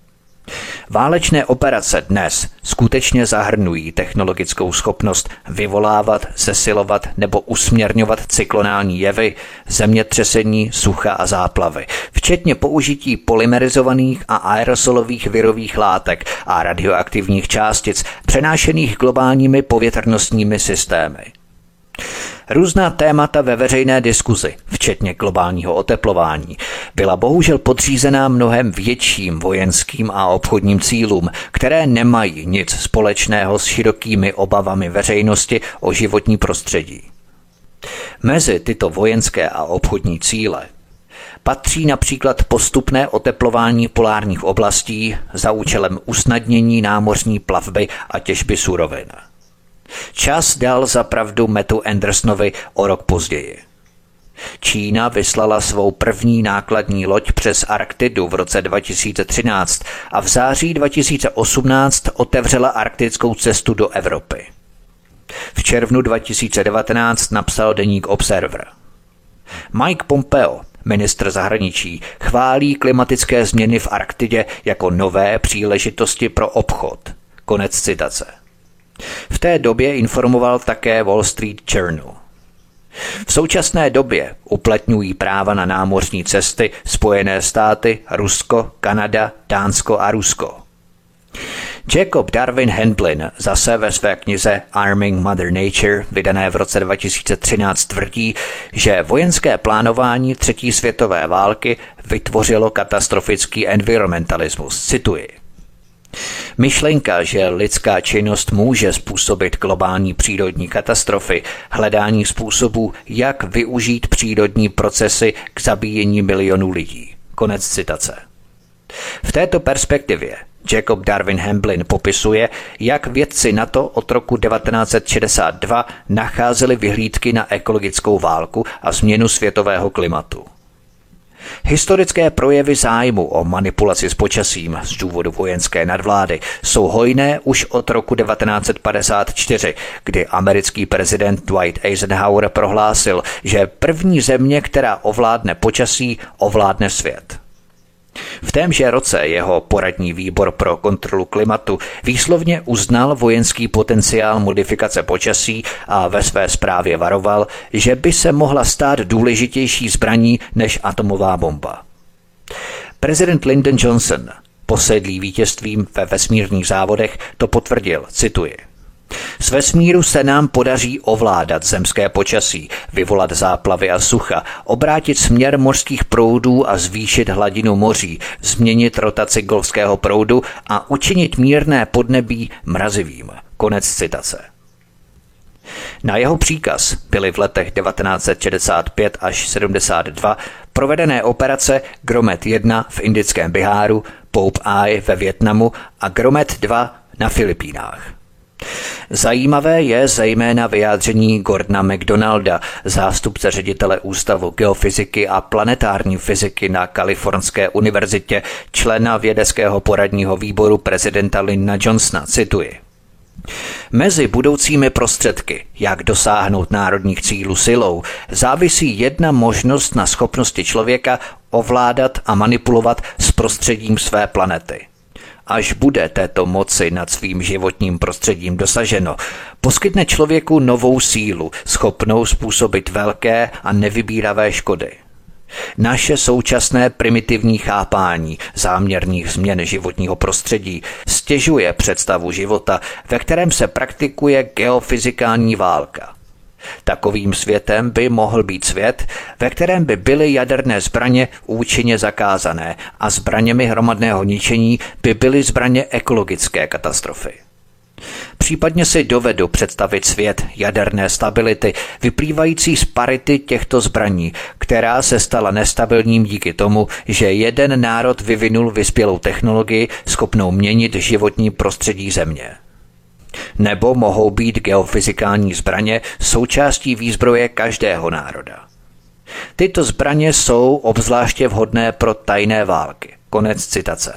Válečné operace dnes skutečně zahrnují technologickou schopnost vyvolávat, zesilovat nebo usměrňovat cyklonální jevy, zemětřesení, sucha a záplavy, včetně použití polymerizovaných a aerosolových virových látek a radioaktivních částic přenášených globálními povětrnostními systémy. Různá témata ve veřejné diskuzi, včetně globálního oteplování, byla bohužel podřízená mnohem větším vojenským a obchodním cílům, které nemají nic společného s širokými obavami veřejnosti o životní prostředí. Mezi tyto vojenské a obchodní cíle patří například postupné oteplování polárních oblastí za účelem usnadnění námořní plavby a těžby surovin. Čas dal za pravdu Mattu Andersonovi o rok později. Čína vyslala svou první nákladní loď přes Arktidu v roce dva tisíce třináct a v září dva tisíce osmnáct otevřela arktickou cestu do Evropy. V červnu dva tisíce devatenáct napsal deník Observer. Mike Pompeo, ministr zahraničí, chválí klimatické změny v Arktidě jako nové příležitosti pro obchod. Konec citace. V té době informoval také Wall Street Journal. V současné době uplatňují práva na námořní cesty Spojené státy, Rusko, Kanada, Dánsko a Rusko. Jacob Darwin Hamblin zase ve své knize Arming Mother Nature, vydané v roce dva tisíce třináct, tvrdí, že vojenské plánování třetí světové války vytvořilo katastrofický environmentalismus. Cituji. Myšlenka, že lidská činnost může způsobit globální přírodní katastrofy, hledání způsobů, jak využít přírodní procesy k zabíjení milionů lidí. Konec citace. V této perspektivě Jacob Darwin Hamblin popisuje, jak vědci NATO od roku devatenáct set šedesát dva nacházeli vyhlídky na ekologickou válku a změnu světového klimatu. Historické projevy zájmu o manipulaci s počasím z důvodu vojenské nadvlády jsou hojné už od roku devatenáct set padesát čtyři, kdy americký prezident Dwight Eisenhower prohlásil, že první země, která ovládne počasí, ovládne svět. V témže roce jeho poradní výbor pro kontrolu klimatu výslovně uznal vojenský potenciál modifikace počasí a ve své zprávě varoval, že by se mohla stát důležitější zbraní než atomová bomba. Prezident Lyndon Johnson, posedlý vítězstvím ve vesmírných závodech, to potvrdil, cituji. Z vesmíru se nám podaří ovládat zemské počasí, vyvolat záplavy a sucha, obrátit směr mořských proudů a zvýšit hladinu moří, změnit rotaci golfského proudu a učinit mírné podnebí mrazivým. Konec citace. Na jeho příkaz byly v letech devatenáct set šedesát pět až sedmdesát dva provedené operace Gromet jedna v Indickém Biháru, Pope Eye ve Vietnamu a Gromet dva na Filipínách. Zajímavé je zejména vyjádření Gordona McDonalda, zástupce ředitele Ústavu geofyziky a planetární fyziky na Kalifornské univerzitě, člena vědeckého poradního výboru prezidenta Lyndona Johnsona, cituji. Mezi budoucími prostředky, jak dosáhnout národních cílů silou, závisí jedna možnost na schopnosti člověka ovládat a manipulovat s prostředím své planety. Až bude této moci nad svým životním prostředím dosaženo, poskytne člověku novou sílu, schopnou způsobit velké a nevybíravé škody. Naše současné primitivní chápání záměrných změn životního prostředí stěžuje představu života, ve kterém se praktikuje geofyzikální válka. Takovým světem by mohl být svět, ve kterém by byly jaderné zbraně účinně zakázané a zbraněmi hromadného ničení by byly zbraně ekologické katastrofy. Případně si dovedu představit svět jaderné stability, vyplývající z parity těchto zbraní, která se stala nestabilním díky tomu, že jeden národ vyvinul vyspělou technologii schopnou měnit životní prostředí země. Nebo mohou být geofyzikální zbraně součástí výzbroje každého národa. Tyto zbraně jsou obzvláště vhodné pro tajné války. Konec citace.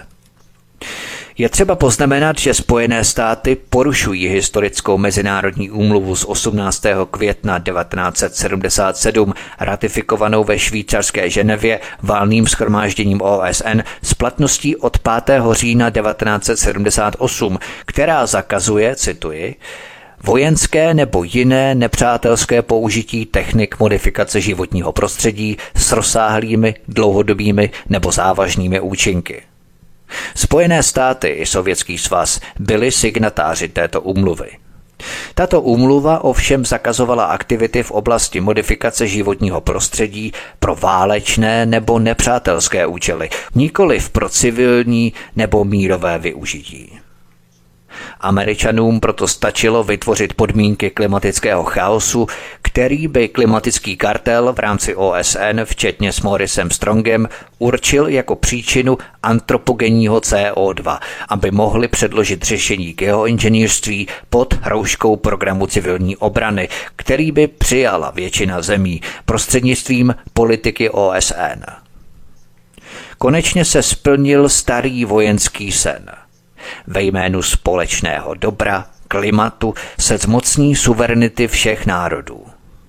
Je třeba poznamenat, že Spojené státy porušují historickou mezinárodní úmluvu z osmnáctého května devatenáct set sedmdesát sedm, ratifikovanou ve švýcarské Ženevě valným shromážděním O S N s platností od pátého října devatenáct set sedmdesát osm, která zakazuje, cituji, vojenské nebo jiné nepřátelské použití technik modifikace životního prostředí s rozsáhlými, dlouhodobými nebo závažnými účinky. Spojené státy i Sovětský svaz byli signatáři této úmluvy. Tato úmluva ovšem zakazovala aktivity v oblasti modifikace životního prostředí pro válečné nebo nepřátelské účely, nikoliv pro civilní nebo mírové využití. Američanům proto stačilo vytvořit podmínky klimatického chaosu, který by klimatický kartel v rámci O S N, včetně s Morrisem Strongem, určil jako příčinu antropogenního C O dva, aby mohli předložit řešení geoinženýrství pod rouškou programu civilní obrany, který by přijala většina zemí prostřednictvím politiky O S N. Konečně se splnil starý vojenský sen. Ve jménu společného dobra, klimatu se zmocní suverenity všech národů.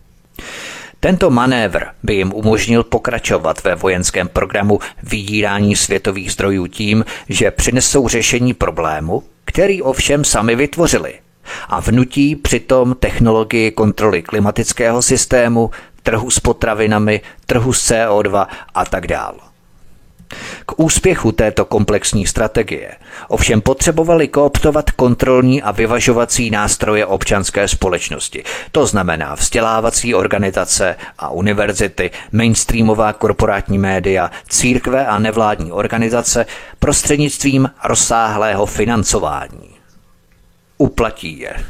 Tento manévr by jim umožnil pokračovat ve vojenském programu vydírání světových zdrojů tím, že přinesou řešení problému, který ovšem sami vytvořili, a vnutí přitom technologii kontroly klimatického systému, trhu s potravinami, trhu s C O dva a tak dále. K úspěchu této komplexní strategie ovšem potřebovali kooptovat kontrolní a vyvažovací nástroje občanské společnosti. To znamená vzdělávací organizace a univerzity, mainstreamová korporátní média, církve a nevládní organizace prostřednictvím rozsáhlého financování. Uplatí je.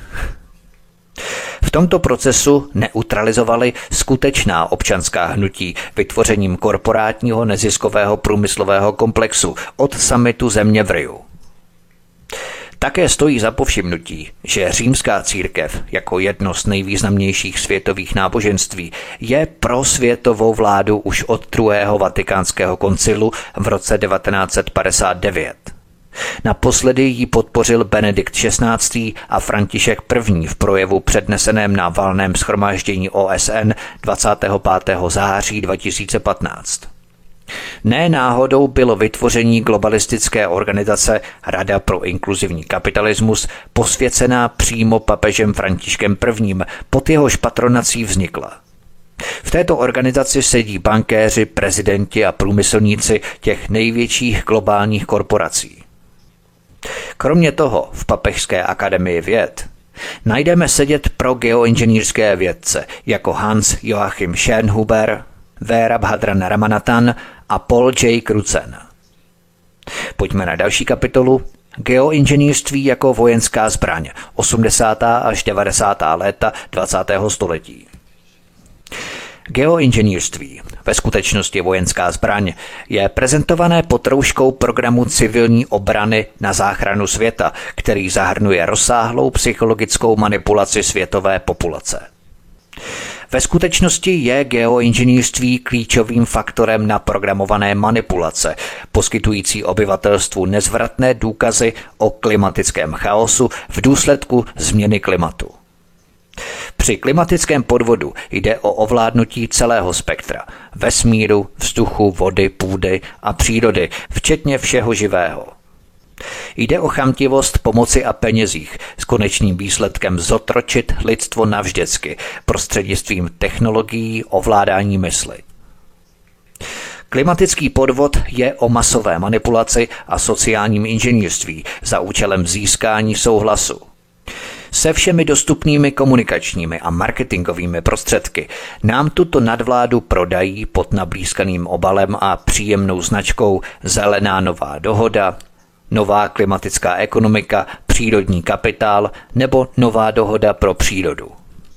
V tomto procesu neutralizovali skutečná občanská hnutí vytvořením korporátního neziskového průmyslového komplexu od summitu země v Riu. Také stojí za povšimnutí, že římská církev jako jedno z nejvýznamnějších světových náboženství je pro světovou vládu už od druhého vatikánského koncilu v roce devatenáct set padesát devět. Naposledy ji podpořil Benedikt šestnáctý. a František první. v projevu předneseném na valném shromáždění O S N dvacátého pátého září dva tisíce patnáct. Ne náhodou bylo vytvoření globalistické organizace Rada pro inkluzivní kapitalismus posvěcená přímo papežem Františkem prvním. pod jehož patronací vznikla. V této organizaci sedí bankéři, prezidenti a průmyslníci těch největších globálních korporací. Kromě toho v Papežské akademii věd najdeme sedět pro geoinženýrské vědce jako Hans Joachim Schönhuber, Vera Bhadran Ramanathan a Paul J. Crutzen. Pojďme na další kapitolu. Geoinženýrství jako vojenská zbraň osmdesátá až devadesátá léta dvacátého století. Geoinženýrství, ve skutečnosti vojenská zbraň, je prezentované pod rouškou programu civilní obrany na záchranu světa, který zahrnuje rozsáhlou psychologickou manipulaci světové populace. Ve skutečnosti je geoinženýrství klíčovým faktorem naprogramované manipulace, poskytující obyvatelstvu nezvratné důkazy o klimatickém chaosu v důsledku změny klimatu. Při klimatickém podvodu jde o ovládnutí celého spektra vesmíru, vzduchu, vody, půdy a přírody, včetně všeho živého. Jde o chamtivost pomoci a penězích s konečným výsledkem zotročit lidstvo navždycky prostřednictvím technologií ovládání mysli. Klimatický podvod je o masové manipulaci a sociálním inženýrství za účelem získání souhlasu. Se všemi dostupnými komunikačními a marketingovými prostředky nám tuto nadvládu prodají pod nablýskaným obalem a příjemnou značkou Zelená nová dohoda, Nová klimatická ekonomika, Přírodní kapitál nebo Nová dohoda pro přírodu.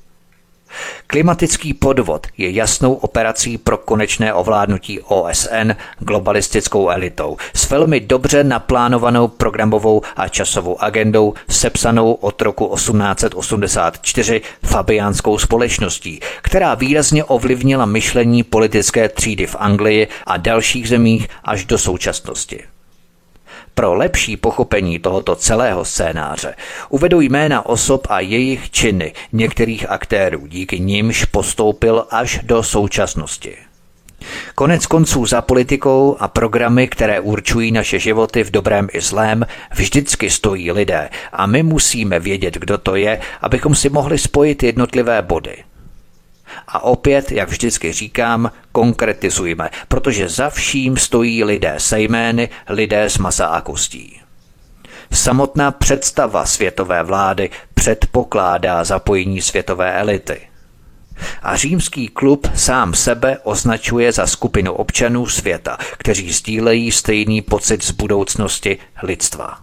Klimatický podvod je jasnou operací pro konečné ovládnutí O S N globalistickou elitou s velmi dobře naplánovanou programovou a časovou agendou sepsanou od roku osmnáct set osmdesát čtyři Fabiánskou společností, která výrazně ovlivnila myšlení politické třídy v Anglii a dalších zemích až do současnosti. Pro lepší pochopení tohoto celého scénáře uvedu jména osob a jejich činy některých aktérů, díky nimž postoupil až do současnosti. Konec konců za politikou a programy, které určují naše životy v dobrém i zlém, vždycky stojí lidé a my musíme vědět, kdo to je, abychom si mohli spojit jednotlivé body. A opět, jak vždycky říkám, konkretizujme, protože za vším stojí lidé se jmény, lidé z masa a kostí. Samotná představa světové vlády předpokládá zapojení světové elity. A římský klub sám sebe označuje za skupinu občanů světa, kteří sdílejí stejný pocit z budoucnosti lidstva.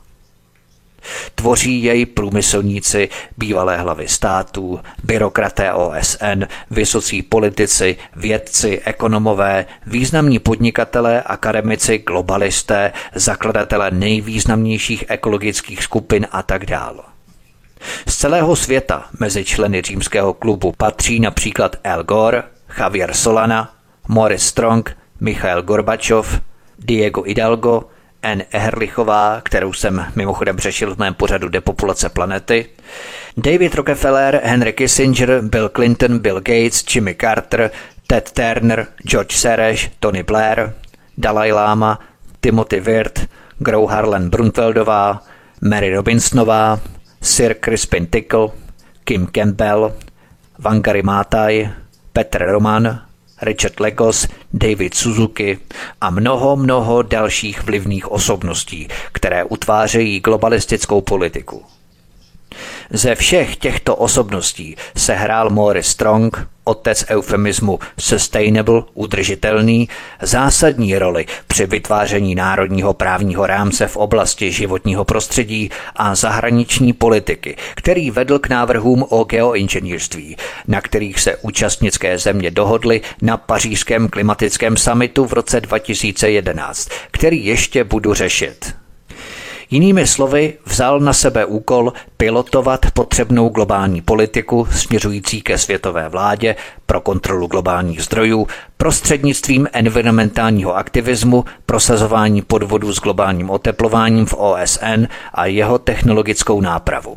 Tvoří jej průmyslníci, bývalé hlavy států, byrokraté O S N, vysocí politici, vědci, ekonomové, významní podnikatelé, akademici, globalisté, zakladatelé nejvýznamnějších ekologických skupin a tak dále. Z celého světa mezi členy římského klubu patří například Al Gore, Javier Solana, Maurice Strong, Michail Gorbačov, Diego Hidalgo, Anne Ehrlichová, kterou jsem mimochodem řešil v mém pořadu Depopulace planety, David Rockefeller, Henry Kissinger, Bill Clinton, Bill Gates, Jimmy Carter, Ted Turner, George Soros, Tony Blair, Dalai Lama, Timothy Wirt, Gro Harlem Brundtlandová, Mary Robinsonová, Sir Crispin Tickle, Kim Campbell, Wangari Maathai, Petr Roman, Richard Legos, David Suzuki a mnoho, mnoho dalších vlivných osobností, které utvářejí globalistickou politiku. Ze všech těchto osobností se hrál Maurice Strong, otec eufemismu sustainable, udržitelný, zásadní roli při vytváření národního právního rámce v oblasti životního prostředí a zahraniční politiky, který vedl k návrhům o geoinženýrství, na kterých se účastnické země dohodly na pařížském klimatickém summitu v roce dva tisíce jedenáct, který ještě budu řešit. Jinými slovy, vzal na sebe úkol pilotovat potřebnou globální politiku směřující ke světové vládě pro kontrolu globálních zdrojů prostřednictvím environmentálního aktivismu, prosazování podvodu s globálním oteplováním v O S N a jeho technologickou nápravu.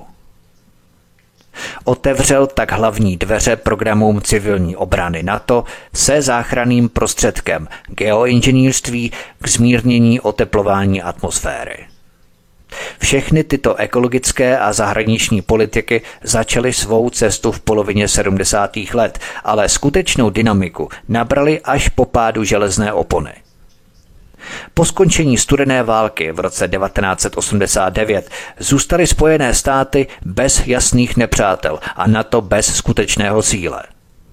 Otevřel tak hlavní dveře programům civilní obrany NATO se záchranným prostředkem geoinženýrství k zmírnění oteplování atmosféry. Všechny tyto ekologické a zahraniční politiky začaly svou cestu v polovině sedmdesátých let, ale skutečnou dynamiku nabrali až po pádu železné opony. Po skončení studené války v roce devatenáct set osmdesát devět zůstaly Spojené státy bez jasných nepřátel a NATO bez skutečného cíle.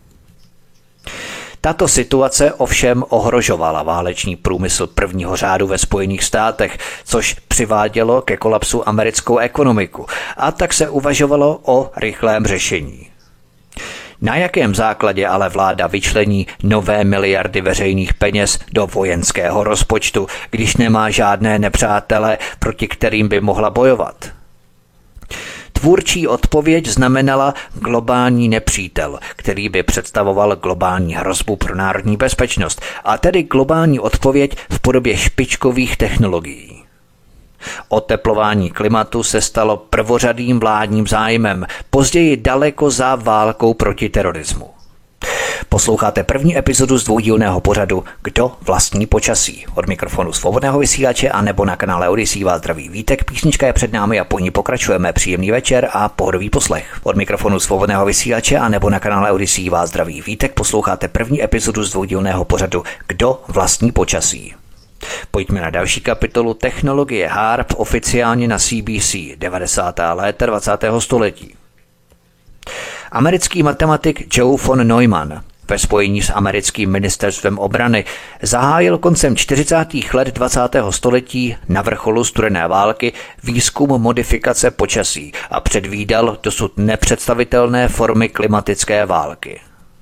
Tato situace ovšem ohrožovala válečný průmysl prvního řádu ve Spojených státech, což přivádělo ke kolapsu americkou ekonomiku, a tak se uvažovalo o rychlém řešení. Na jakém základě ale vláda vyčlení nové miliardy veřejných peněz do vojenského rozpočtu, když nemá žádné nepřátele, proti kterým by mohla bojovat? Tvůrčí odpověď znamenala globální nepřítel, který by představoval globální hrozbu pro národní bezpečnost, a tedy globální odpověď v podobě špičkových technologií. Oteplování klimatu se stalo prvořadým vládním zájmem, později daleko za válkou proti terorismu. Posloucháte první epizodu z dvoudílného pořadu Kdo vlastní počasí? Od mikrofonu Svobodného vysílače a nebo na kanále Odyssey vás zdraví Vítek, písnička je před námi a po ní pokračujeme. Příjemný večer a pohodový poslech. Od mikrofonu Svobodného vysílače a nebo na kanále Odyssey vás zdraví Vítek, posloucháte první epizodu z dvoudílného pořadu Kdo vlastní počasí? Pojďme na další kapitolu technologie HAARP oficiálně na C B C devadesátá léta dvacátého století. Americký matematik Joe von Neumann ve spojení s americkým ministerstvem obrany zahájil koncem čtyřicátých let dvacátého století na vrcholu studené války výzkum modifikace počasí a předvídal dosud nepředstavitelné formy klimatické války.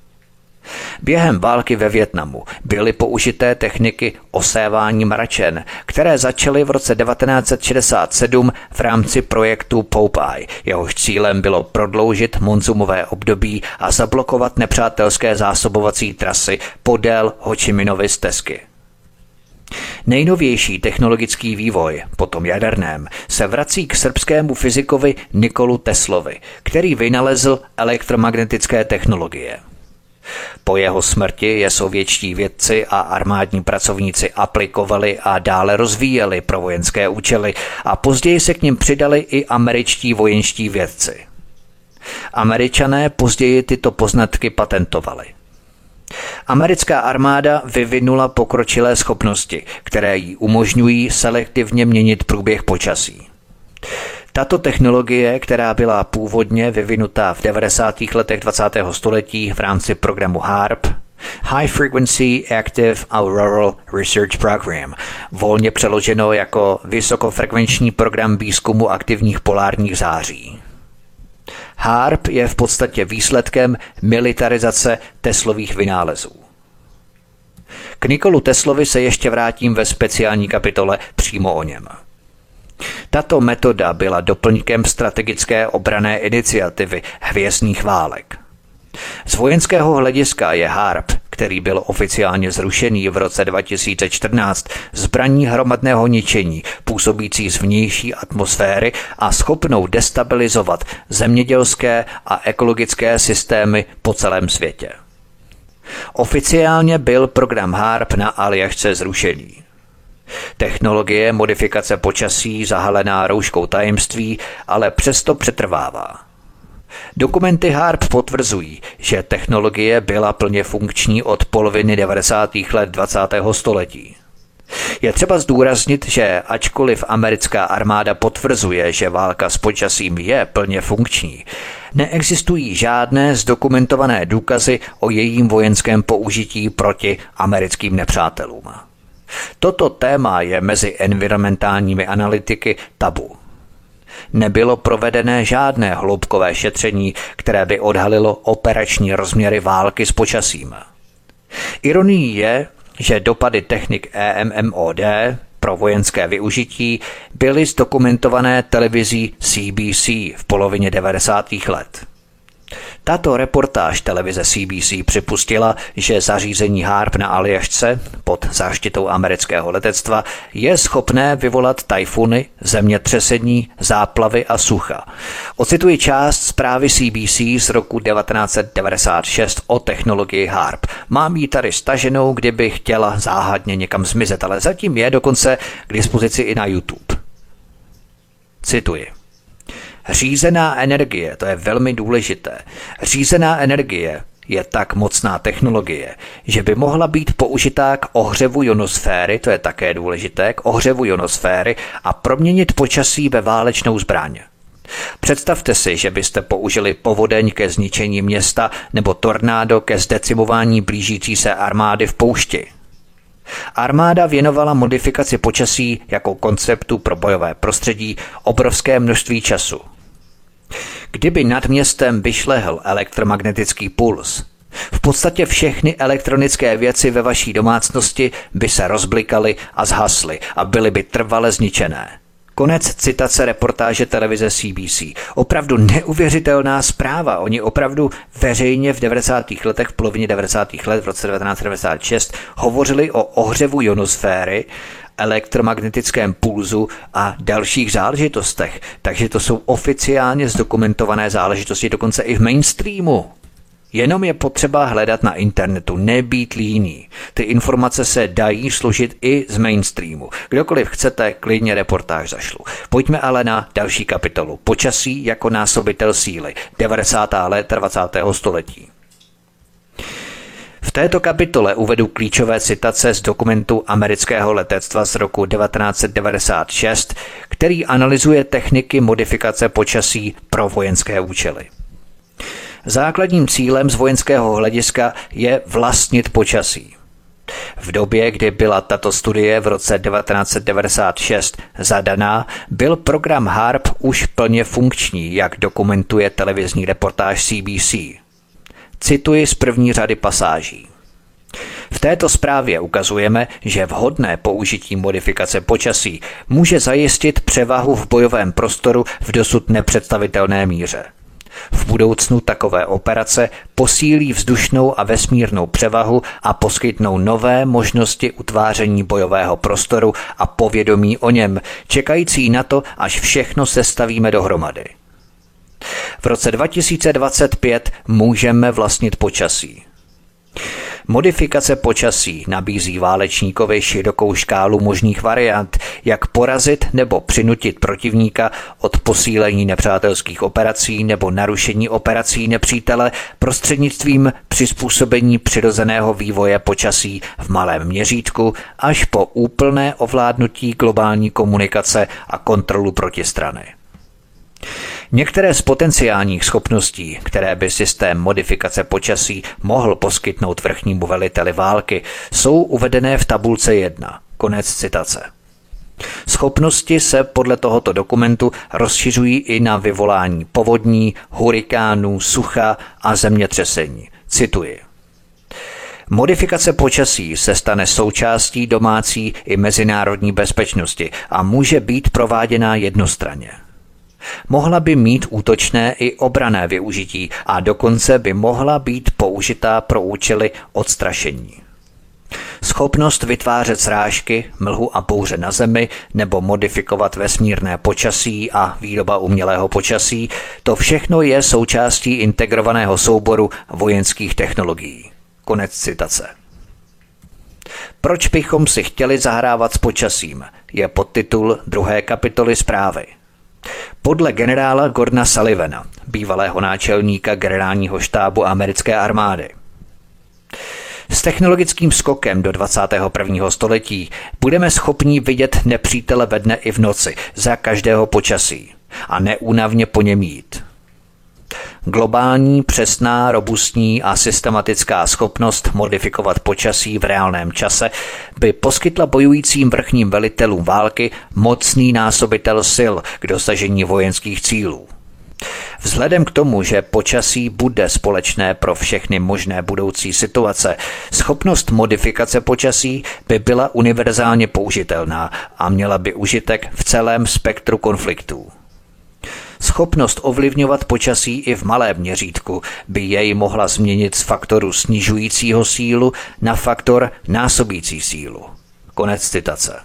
Během války ve Vietnamu byly použité techniky osévání mračen, které začaly v roce devatenáct set šedesát sedm v rámci projektu Popeye. Jehož cílem bylo prodloužit monzumové období a zablokovat nepřátelské zásobovací trasy podél Ho Chi Minovy stezky. Nejnovější technologický vývoj, potom jaderném, se vrací k srbskému fyzikovi Nikolu Teslovi, který vynalezl elektromagnetické technologie. Po jeho smrti je sovětští vědci a armádní pracovníci aplikovali a dále rozvíjeli pro vojenské účely a později se k nim přidali i američtí vojenští vědci. Američané později tyto poznatky patentovali. Americká armáda vyvinula pokročilé schopnosti, které jí umožňují selektivně měnit průběh počasí. Tato technologie, která byla původně vyvinutá v devadesátých letech dvacátého století v rámci programu HAARP, High Frequency Active Auroral Research Program, volně přeloženo jako vysokofrekvenční program výzkumu aktivních polárních září. HAARP je v podstatě výsledkem militarizace Teslových vynálezů. K Nikolu Teslovi se ještě vrátím ve speciální kapitole přímo o něm. Tato metoda byla doplňkem strategické obranné iniciativy hvězdných válek. Z vojenského hlediska je HAARP, který byl oficiálně zrušený v roce dva tisíce čtrnáct, zbraní hromadného ničení, působící z vnější atmosféry a schopnou destabilizovat zemědělské a ekologické systémy po celém světě. Oficiálně byl program HAARP na Aljašce zrušený. Technologie modifikace počasí zahalená rouškou tajemství ale přesto přetrvává. Dokumenty HAARP potvrzují, že technologie byla plně funkční od poloviny devadesátých let dvacátého století. Je třeba zdůraznit, že ačkoliv americká armáda potvrzuje, že válka s počasím je plně funkční, neexistují žádné zdokumentované důkazy o jejím vojenském použití proti americkým nepřátelům. Toto téma je mezi environmentálními analytiky tabu. Nebylo provedené žádné hloubkové šetření, které by odhalilo operační rozměry války s počasím. Ironií je, že dopady technik E M M O D pro vojenské využití byly zdokumentované televizí C B C v polovině devadesátých let. Tato reportáž televize C B C připustila, že zařízení HAARP na Aljašce pod záštitou amerického letectva je schopné vyvolat tajfuny, zemětřesení, záplavy a sucha. Ocituji část zprávy C B C z roku devatenáct set devadesát šest o technologii HAARP. Mám ji tady staženou, kdyby chtěla záhadně někam zmizet, ale zatím je dokonce k dispozici i na YouTube. Cituji. Řízená energie, to je velmi důležité. Řízená energie je tak mocná technologie, že by mohla být použitá k ohřevu ionosféry, to je také důležité, k ohřevu ionosféry a proměnit počasí ve válečnou zbraň. Představte si, že byste použili povodeň ke zničení města nebo tornádo ke zdecimování blížící se armády v poušti. Armáda věnovala modifikaci počasí jako konceptu pro bojové prostředí obrovské množství času. Kdyby nad městem vyšlehl elektromagnetický puls, v podstatě všechny elektronické věci ve vaší domácnosti by se rozblikaly a zhasly a byly by trvale zničené. Konec citace reportáže televize C B C. Opravdu neuvěřitelná zpráva. Oni opravdu veřejně v devadesátých letech, v polovině devadesátých let, v roce devatenáct set devadesát šest, hovořili o ohřevu ionosféry, elektromagnetickém pulzu a dalších záležitostech. Takže to jsou oficiálně zdokumentované záležitosti, dokonce i v mainstreamu. Jenom je potřeba hledat na internetu, nebýt líný. Ty informace se dají složit i z mainstreamu. Kdokoliv chcete, klidně reportáž zašlu. Pojďme ale na další kapitolu. Počasí jako násobitel síly. devadesátá léta dvacátého století. V této kapitole uvedu klíčové citace z dokumentu amerického letectva z roku devatenáct set devadesát šest, který analyzuje techniky modifikace počasí pro vojenské účely. Základním cílem z vojenského hlediska je vlastnit počasí. V době, kdy byla tato studie v roce devatenáct set devadesát šest zadaná, byl program HAARP už plně funkční, jak dokumentuje televizní reportáž C B C. Cituji z první řady pasáží. V této zprávě ukazujeme, že vhodné použití modifikace počasí může zajistit převahu v bojovém prostoru v dosud nepředstavitelné míře. V budoucnu takové operace posílí vzdušnou a vesmírnou převahu a poskytnou nové možnosti utváření bojového prostoru a povědomí o něm, čekající na to, až všechno sestavíme dohromady. V roce dva tisíce dvacet pět můžeme vlastnit počasí. Modifikace počasí nabízí válečníkovi širokou škálu možných variant, jak porazit nebo přinutit protivníka od posílení nepřátelských operací nebo narušení operací nepřítele prostřednictvím přizpůsobení přirozeného vývoje počasí v malém měřítku až po úplné ovládnutí globální komunikace a kontrolu protistrany. Některé z potenciálních schopností, které by systém modifikace počasí mohl poskytnout vrchnímu veliteli války, jsou uvedené v tabulce jedna. Konec citace. Schopnosti se podle tohoto dokumentu rozšiřují i na vyvolání povodní, hurikánů, sucha a zemětřesení. Cituji. Modifikace počasí se stane součástí domácí i mezinárodní bezpečnosti a může být prováděna jednostranně. Mohla by mít útočné i obranné využití a dokonce by mohla být použitá pro účely odstrašení. Schopnost vytvářet srážky, mlhu a bouře na zemi nebo modifikovat vesmírné počasí a výroba umělého počasí, to všechno je součástí integrovaného souboru vojenských technologií. Konec citace. Proč bychom si chtěli zahrávat s počasím, je podtitul druhé kapitoly zprávy. Podle generála Gordona Sullivana, bývalého náčelníka generálního štábu americké armády. S technologickým skokem do dvacátého prvního století budeme schopni vidět nepřítele ve dne i v noci, za každého počasí a neúnavně po něm jít. Globální, přesná, robustní a systematická schopnost modifikovat počasí v reálném čase by poskytla bojujícím vrchním velitelům války mocný násobitel sil k dosažení vojenských cílů. Vzhledem k tomu, že počasí bude společné pro všechny možné budoucí situace, schopnost modifikace počasí by byla univerzálně použitelná a měla by užitek v celém spektru konfliktů. Schopnost ovlivňovat počasí i v malém měřítku by jej mohla změnit z faktoru snižujícího sílu na faktor násobící sílu. Konec citace.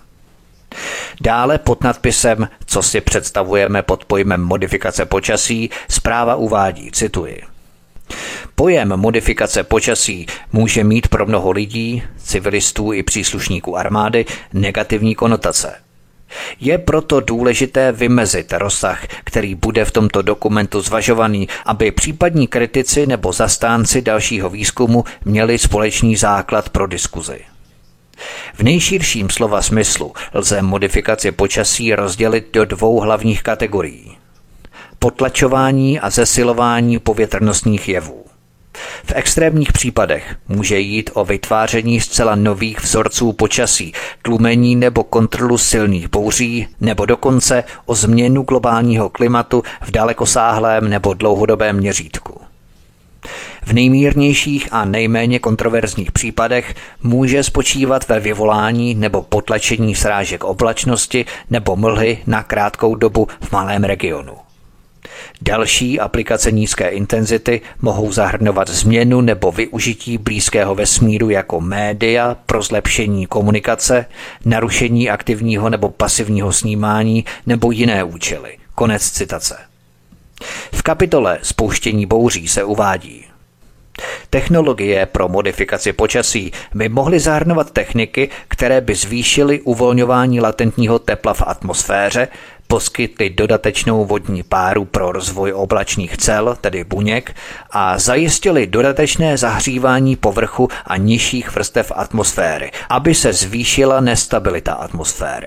Dále pod nadpisem Co si představujeme pod pojmem modifikace počasí, zpráva uvádí, cituji. Pojem modifikace počasí může mít pro mnoho lidí, civilistů i příslušníků armády negativní konotace. Je proto důležité vymezit rozsah, který bude v tomto dokumentu zvažovaný, aby případní kritici nebo zastánci dalšího výzkumu měli společný základ pro diskuzi. V nejširším slova smyslu lze modifikaci počasí rozdělit do dvou hlavních kategorií. Potlačování a zesilování povětrnostních jevů. V extrémních případech může jít o vytváření zcela nových vzorců počasí, tlumení nebo kontrolu silných bouří, nebo dokonce o změnu globálního klimatu v dalekosáhlém nebo dlouhodobém měřítku. V nejmírnějších a nejméně kontroverzních případech může spočívat ve vyvolání nebo potlačení srážek oblačnosti nebo mlhy na krátkou dobu v malém regionu. Další aplikace nízké intenzity mohou zahrnovat změnu nebo využití blízkého vesmíru jako média pro zlepšení komunikace, narušení aktivního nebo pasivního snímání nebo jiné účely. Konec citace. V kapitole Spouštění bouří se uvádí: Technologie pro modifikaci počasí by mohly zahrnovat techniky, které by zvýšily uvolňování latentního tepla v atmosféře, poskytly dodatečnou vodní páru pro rozvoj oblačných cel, tedy buněk, a zajistily dodatečné zahřívání povrchu a nižších vrstev atmosféry, aby se zvýšila nestabilita atmosféry.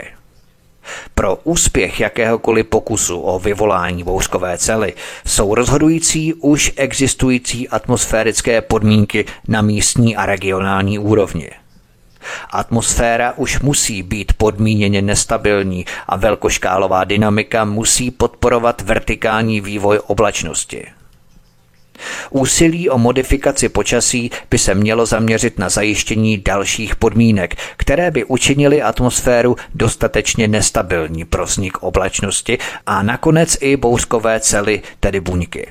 Pro úspěch jakéhokoliv pokusu o vyvolání bouřkové cely jsou rozhodující už existující atmosférické podmínky na místní a regionální úrovni. Atmosféra už musí být podmíněně nestabilní a velkoškálová dynamika musí podporovat vertikální vývoj oblačnosti. Úsilí o modifikaci počasí by se mělo zaměřit na zajištění dalších podmínek, které by učinily atmosféru dostatečně nestabilní pro vznik oblačnosti a nakonec i bouřkové cely, tedy buňky.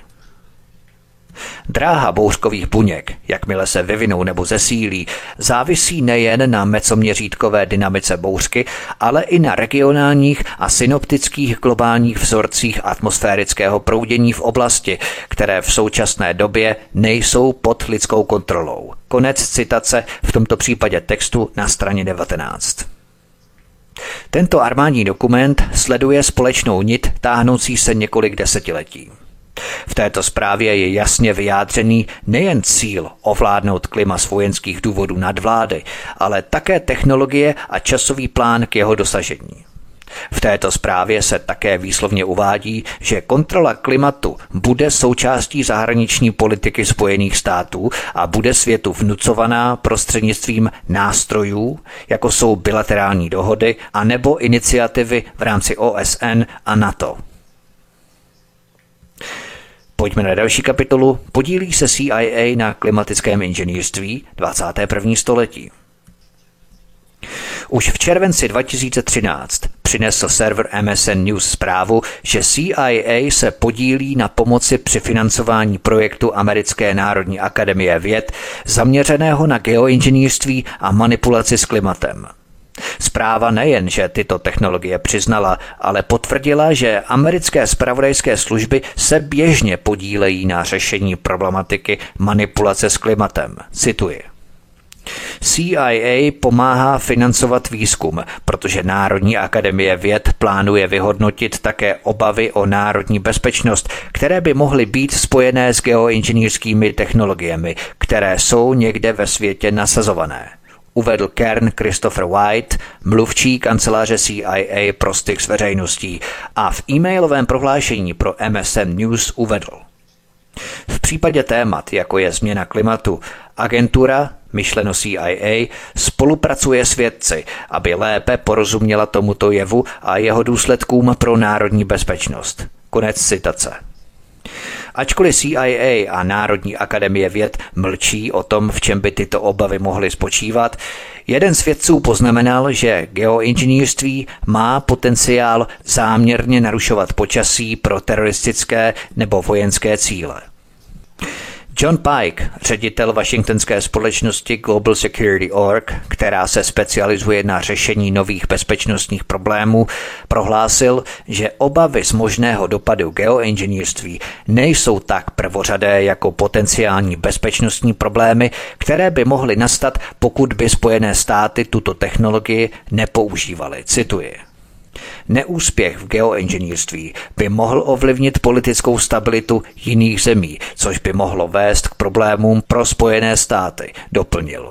Dráha bouřkových buněk, jakmile se vyvinou nebo zesílí, závisí nejen na mecoměřítkové dynamice bouřky, ale i na regionálních a synoptických globálních vzorcích atmosférického proudění v oblasti, které v současné době nejsou pod lidskou kontrolou. Konec citace v tomto případě textu na straně devatenáct. Tento armádní dokument sleduje společnou nit táhnoucí se několik desetiletí. V této zprávě je jasně vyjádřený nejen cíl ovládnout klima z vojenských důvodů nadvlády, ale také technologie a časový plán k jeho dosažení. V této zprávě se také výslovně uvádí, že kontrola klimatu bude součástí zahraniční politiky Spojených států a bude světu vnucovaná prostřednictvím nástrojů, jako jsou bilaterální dohody a nebo iniciativy v rámci O S N a NATO. Pojďme na další kapitolu. Podílí se C I A na klimatickém inženýrství dvacátého prvního století. Už v červenci dva tisíce třináct přinesl server M S N News zprávu, že C I A se podílí na pomoci při financování projektu Americké národní akademie věd zaměřeného na geoinženýrství a manipulaci s klimatem. Zpráva nejen, že tyto technologie přiznala, ale potvrdila, že americké zpravodajské služby se běžně podílejí na řešení problematiky manipulace s klimatem. Cituji. C I A pomáhá financovat výzkum, protože Národní akademie věd plánuje vyhodnotit také obavy o národní bezpečnost, které by mohly být spojené s geoinženýrskými technologiemi, které jsou někde ve světě nasazované. Uvedl Kern Christopher White, mluvčí kanceláře C I A pro styk s veřejností, a v e-mailovém prohlášení pro M S N News uvedl: v případě témat, jako je změna klimatu, agentura, myšleno C I A, spolupracuje s vědci, aby lépe porozuměla tomuto jevu a jeho důsledkům pro národní bezpečnost. Konec citace. Ačkoliv C I A a Národní akademie věd mlčí o tom, v čem by tyto obavy mohly spočívat, jeden z vědců poznamenal, že geoinženýrství má potenciál záměrně narušovat počasí pro teroristické nebo vojenské cíle. John Pike, ředitel washingtonské společnosti Global Security tečka org, která se specializuje na řešení nových bezpečnostních problémů, prohlásil, že obavy z možného dopadu geoinženýrství nejsou tak prvořadé jako potenciální bezpečnostní problémy, které by mohly nastat, pokud by Spojené státy tuto technologii nepoužívaly. Cituji: neúspěch v geoinženýrství by mohl ovlivnit politickou stabilitu jiných zemí, což by mohlo vést k problémům pro Spojené státy, doplnil.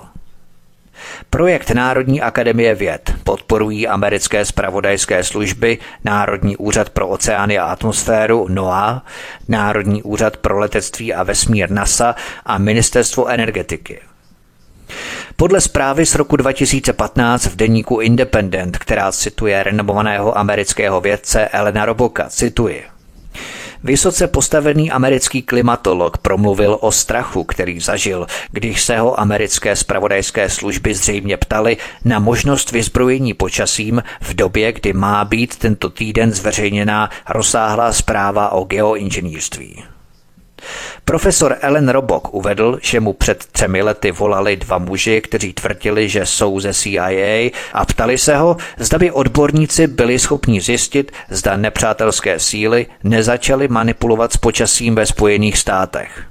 Projekt Národní akademie věd podporují americké zpravodajské služby, Národní úřad pro oceány a atmosféru NOAA, Národní úřad pro letectví a vesmír NASA a Ministerstvo energetiky. Podle zprávy z roku dva tisíce patnáct v deníku Independent, která cituje renomovaného amerického vědce Elena Roboka, cituji: vysoce postavený americký klimatolog promluvil o strachu, který zažil, když se ho americké zpravodajské služby zřejmě ptali na možnost vyzbrojení počasím v době, kdy má být tento týden zveřejněná rozsáhlá zpráva o geoinženýrství. Profesor Ellen Robok uvedl, že mu před třemi lety volali dva muži, kteří tvrdili, že jsou ze C I A, a ptali se ho, zda by odborníci byli schopni zjistit, zda nepřátelské síly nezačaly manipulovat s počasím ve Spojených státech.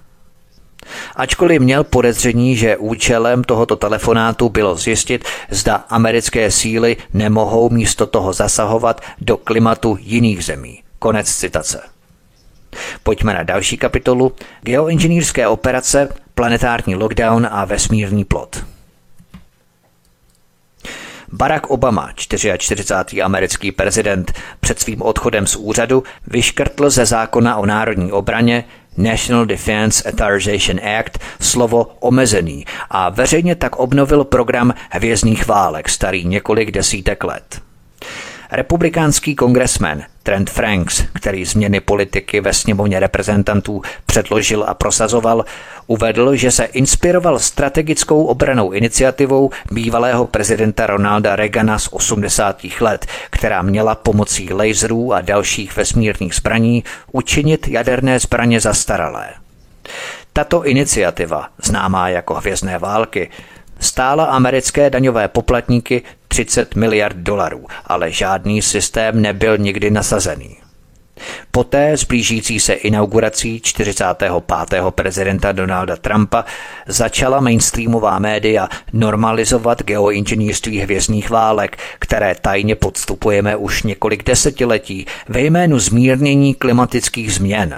Ačkoliv měl podezření, že účelem tohoto telefonátu bylo zjistit, zda americké síly nemohou místo toho zasahovat do klimatu jiných zemí. Konec citace. Pojďme na další kapitolu. Geoinženýrské operace, planetární lockdown a vesmírný plot. Barack Obama, čtyřicátý čtvrtý americký prezident, před svým odchodem z úřadu vyškrtl ze zákona o národní obraně National Defense Authorization Act slovo omezený a veřejně tak obnovil program hvězdných válek starý několik desítek let. Republikánský kongresmen Trent Franks, který změny politiky ve sněmovně reprezentantů předložil a prosazoval, uvedl, že se inspiroval strategickou obrannou iniciativou bývalého prezidenta Ronalda Reagana z osmdesátých let, která měla pomocí laserů a dalších vesmírných zbraní učinit jaderné zbraně zastaralé. Tato iniciativa, známá jako hvězdné války, stála americké daňové poplatníky třicet miliard dolarů, ale žádný systém nebyl nikdy nasazený. Poté s blížící se inaugurací čtyřicátého pátého prezidenta Donalda Trumpa začala mainstreamová média normalizovat geoinženýrství hvězdných válek, které tajně podstupujeme už několik desetiletí ve jménu zmírnění klimatických změn.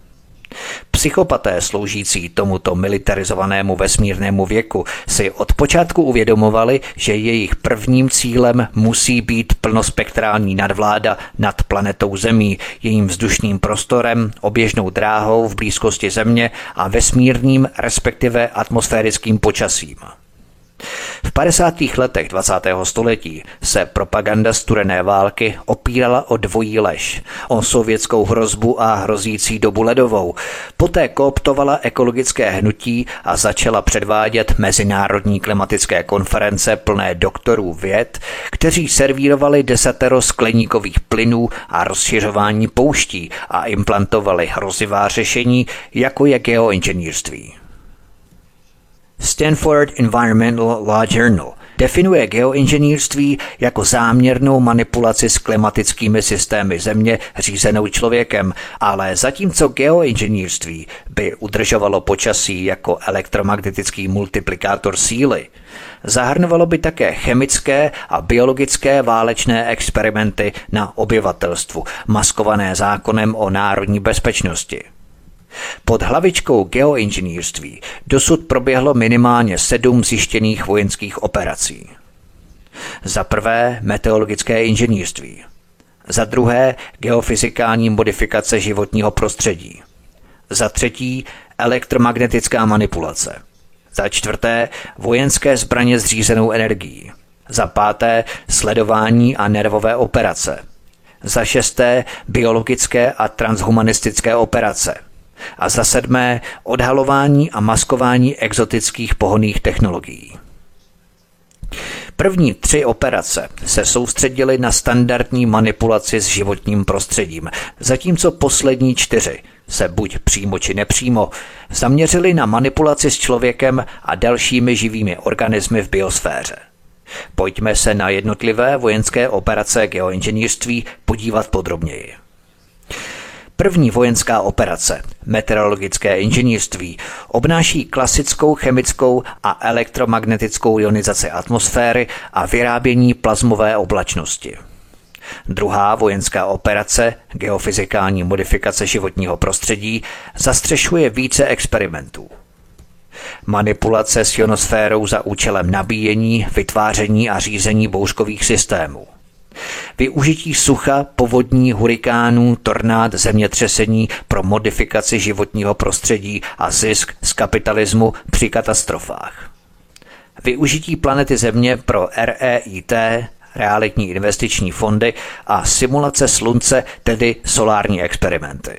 Psychopaté sloužící tomuto militarizovanému vesmírnému věku si od počátku uvědomovali, že jejich prvním cílem musí být plnospektrální nadvláda nad planetou Zemí, jejím vzdušným prostorem, oběžnou dráhou v blízkosti Země a vesmírným, respektive atmosférickým počasím. V padesátých letech dvacátého století se propaganda studené války opírala o dvojí lež, o sovětskou hrozbu a hrozící dobu ledovou. Poté kooptovala ekologické hnutí a začala předvádět mezinárodní klimatické konference plné doktorů věd, kteří servírovali desatero skleníkových plynů a rozšiřování pouští a implantovali hrozivá řešení, jako je geoinženýrství. Stanford Environmental Law Journal Definuje geoinženýrství jako záměrnou manipulaci s klimatickými systémy Země řízenou člověkem, ale zatímco geoinženýrství by udržovalo počasí jako elektromagnetický multiplikátor síly, zahrnovalo by také chemické a biologické válečné experimenty na obyvatelstvu, maskované zákonem o národní bezpečnosti. Pod hlavičkou geoinženýrství dosud proběhlo minimálně sedm zjištěných vojenských operací. Za prvé meteorologické inženýrství. Za druhé geofyzikální modifikace životního prostředí. Za třetí elektromagnetická manipulace. Za čtvrté vojenské zbraně s řízenou energií. Za páté sledování a nervové operace. Za šesté biologické a transhumanistické operace. A za sedmé odhalování a maskování exotických pohonných technologií. První tři operace se soustředily na standardní manipulaci s životním prostředím, zatímco poslední čtyři se buď přímo či nepřímo zaměřily na manipulaci s člověkem a dalšími živými organismy v biosféře. Pojďme se na jednotlivé vojenské operace geoinženýrství podívat podrobněji. První vojenská operace, meteorologické inženýrství, obnáší klasickou chemickou a elektromagnetickou ionizaci atmosféry a vyrábění plazmové oblačnosti. Druhá vojenská operace, geofyzikální modifikace životního prostředí, zastřešuje více experimentů. Manipulace s ionosférou za účelem nabíjení, vytváření a řízení bouřkových systémů. Využití sucha, povodní, hurikánů, tornád, zemětřesení pro modifikaci životního prostředí a zisk z kapitalismu při katastrofách. Využití planety Země pro R E I T, realitní investiční fondy a simulace slunce, tedy solární experimenty.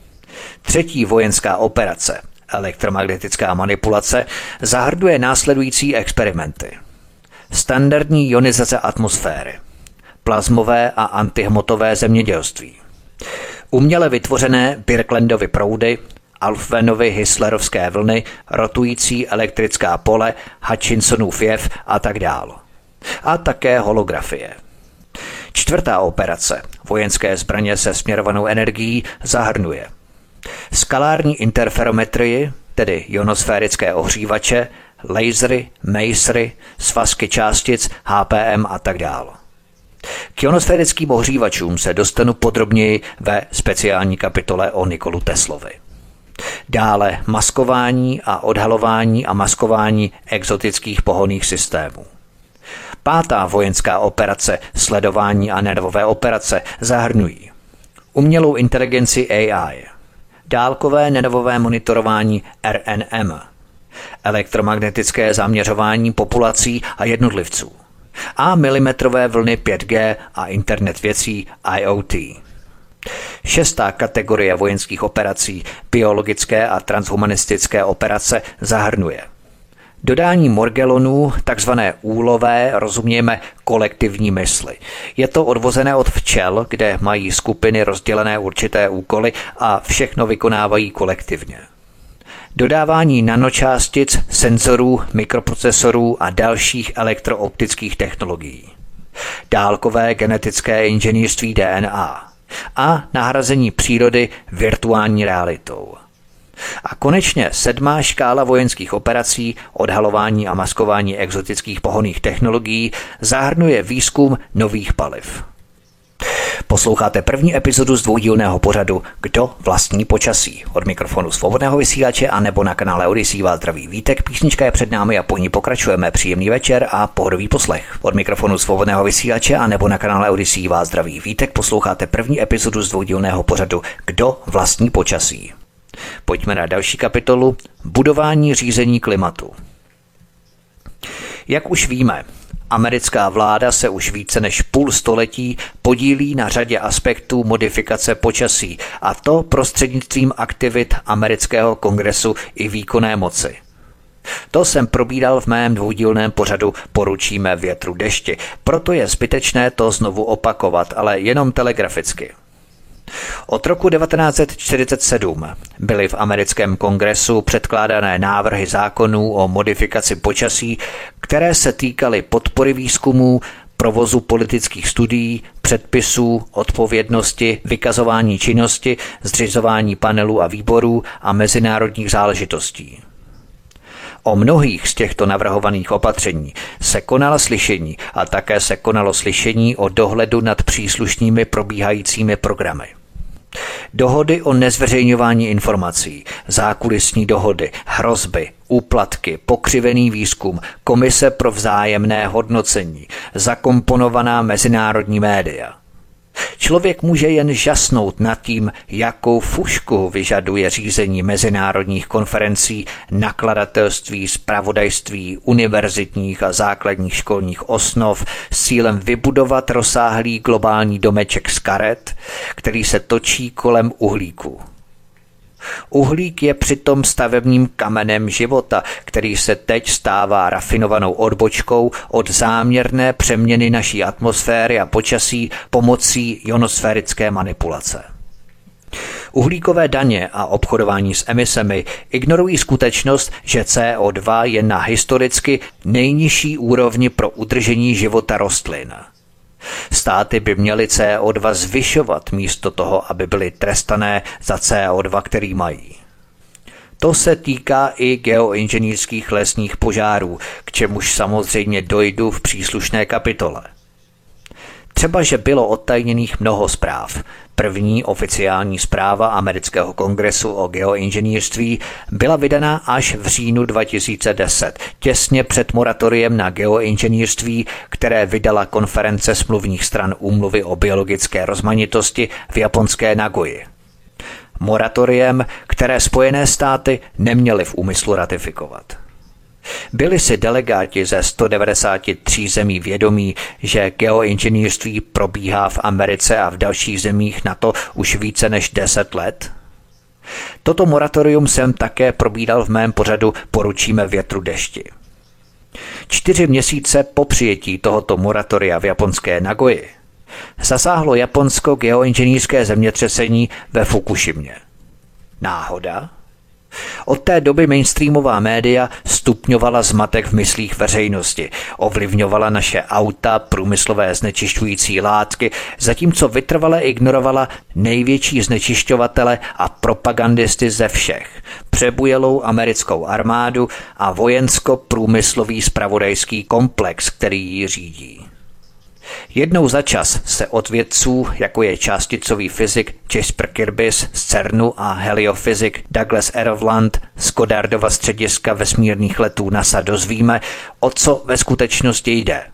Třetí vojenská operace, elektromagnetická manipulace, zahrnuje následující experimenty. Standardní ionizace atmosféry. Plazmové a antihmotové zemědělství. Uměle vytvořené Birkelandovy proudy, Alfvénovy Hisslerovské vlny, rotující elektrická pole, Hutchinsonův jev a tak dále. A také holografie. Čtvrtá operace, vojenské zbraně se směrovanou energií, zahrnuje skalární interferometrii, tedy ionosférické ohřívače, lasery, masery, svazky částic, H P M a tak dále. K ionosférickým ohřívačům se dostanu podrobněji ve speciální kapitole o Nikolu Teslovi. Dále maskování a odhalování a maskování exotických pohonných systémů. Pátá vojenská operace, sledování a nervové operace zahrnují umělou inteligenci A I, dálkové nervové monitorování R N M, elektromagnetické zaměřování populací a jednotlivců a milimetrové vlny pět G a internet věcí I O T. Šestá kategorie vojenských operací, biologické a transhumanistické operace, zahrnuje dodání morgelonů, takzvané úlové, rozumějme kolektivní mysli. Je to odvozené od včel, kde mají skupiny rozdělené určité úkoly a všechno vykonávají kolektivně. Dodávání nanočástic, senzorů, mikroprocesorů a dalších elektrooptických technologií. Dálkové genetické inženýrství D N A a nahrazení přírody virtuální realitou. A konečně sedmá škála vojenských operací, odhalování a maskování exotických pohonných technologií, zahrnuje výzkum nových paliv. Posloucháte první epizodu z dvoudílného pořadu Kdo vlastní počasí? Od mikrofonu Svobodného vysílače a nebo na kanále Odyssey vás zdraví Vítek, písnička je před námi a po ní pokračujeme. Příjemný večer a pohodový poslech. Od mikrofonu Svobodného vysílače a nebo na kanále Odyssey vás zdraví Vítek, posloucháte první epizodu z dvoudílného pořadu Kdo vlastní počasí? Pojďme na další kapitolu Budování řízení klimatu. Jak už víme, americká vláda se už více než půl století podílí na řadě aspektů modifikace počasí, a to prostřednictvím aktivit amerického kongresu i výkonné moci. To jsem probíral v mém dvoudílném pořadu Poručíme větru dešti, proto je zbytečné to znovu opakovat, ale jenom telegraficky. Od roku devatenáct set čtyřicet sedm byly v americkém kongresu předkládané návrhy zákonů o modifikaci počasí, které se týkaly podpory výzkumů, provozu politických studií, předpisů, odpovědnosti, vykazování činnosti, zřizování panelů a výborů a mezinárodních záležitostí. O mnohých z těchto navrhovaných opatření se konala slyšení a také se konalo slyšení o dohledu nad příslušnými probíhajícími programy. Dohody o nezveřejňování informací, zákulisní dohody, hrozby, úplatky, pokřivený výzkum, komise pro vzájemné hodnocení, zakomponovaná mezinárodní média. Člověk může jen žasnout nad tím, jakou fušku vyžaduje řízení mezinárodních konferencí, nakladatelství, zpravodajství, univerzitních a základních školních osnov s cílem vybudovat rozsáhlý globální domeček z karet, který se točí kolem uhlíku. Uhlík je přitom stavebním kamenem života, který se teď stává rafinovanou odbočkou od záměrné přeměny naší atmosféry a počasí pomocí ionosférické manipulace. Uhlíkové daně a obchodování s emisemi ignorují skutečnost, že C O dva je na historicky nejnižší úrovni pro udržení života rostlin. Státy by měly C O dva zvyšovat místo toho, aby byly trestané za C O dva, který mají. To se týká i geoinženýrských lesních požárů, k čemuž samozřejmě dojdu v příslušné kapitole. Třeba, že bylo odtajněných mnoho zpráv. První oficiální zpráva amerického kongresu o geoinženýrství byla vydaná až v říjnu dva tisíce deset, těsně před moratoriem na geoinženýrství, které vydala konference smluvních stran úmluvy o biologické rozmanitosti v japonské Nagoji. Moratoriem, které Spojené státy neměly v úmyslu ratifikovat. Byli si delegáti ze sto devadesát tři zemí vědomí, že geoinženýrství probíhá v Americe a v dalších zemích na to už více než deset let? Toto moratorium jsem také probíral v mém pořadu Poručíme větru dešti. Čtyři měsíce po přijetí tohoto moratoria v japonské Nagoji zasáhlo Japonsko geoinženýrské zemětřesení ve Fukushimě. Náhoda? Od té doby mainstreamová média stupňovala zmatek v myslích veřejnosti, ovlivňovala naše auta, průmyslové znečišťující látky, zatímco vytrvale ignorovala největší znečišťovatele a propagandisty ze všech, přebujelou americkou armádu a vojensko-průmyslový zpravodajský komplex, který ji řídí. Jednou za čas se od vědců, jako je částicový fyzik Jasper Kirbys z CERNu a heliofyzik Douglas Eroland z Goddardova střediska vesmírných letů NASA dozvíme, o co ve skutečnosti jde.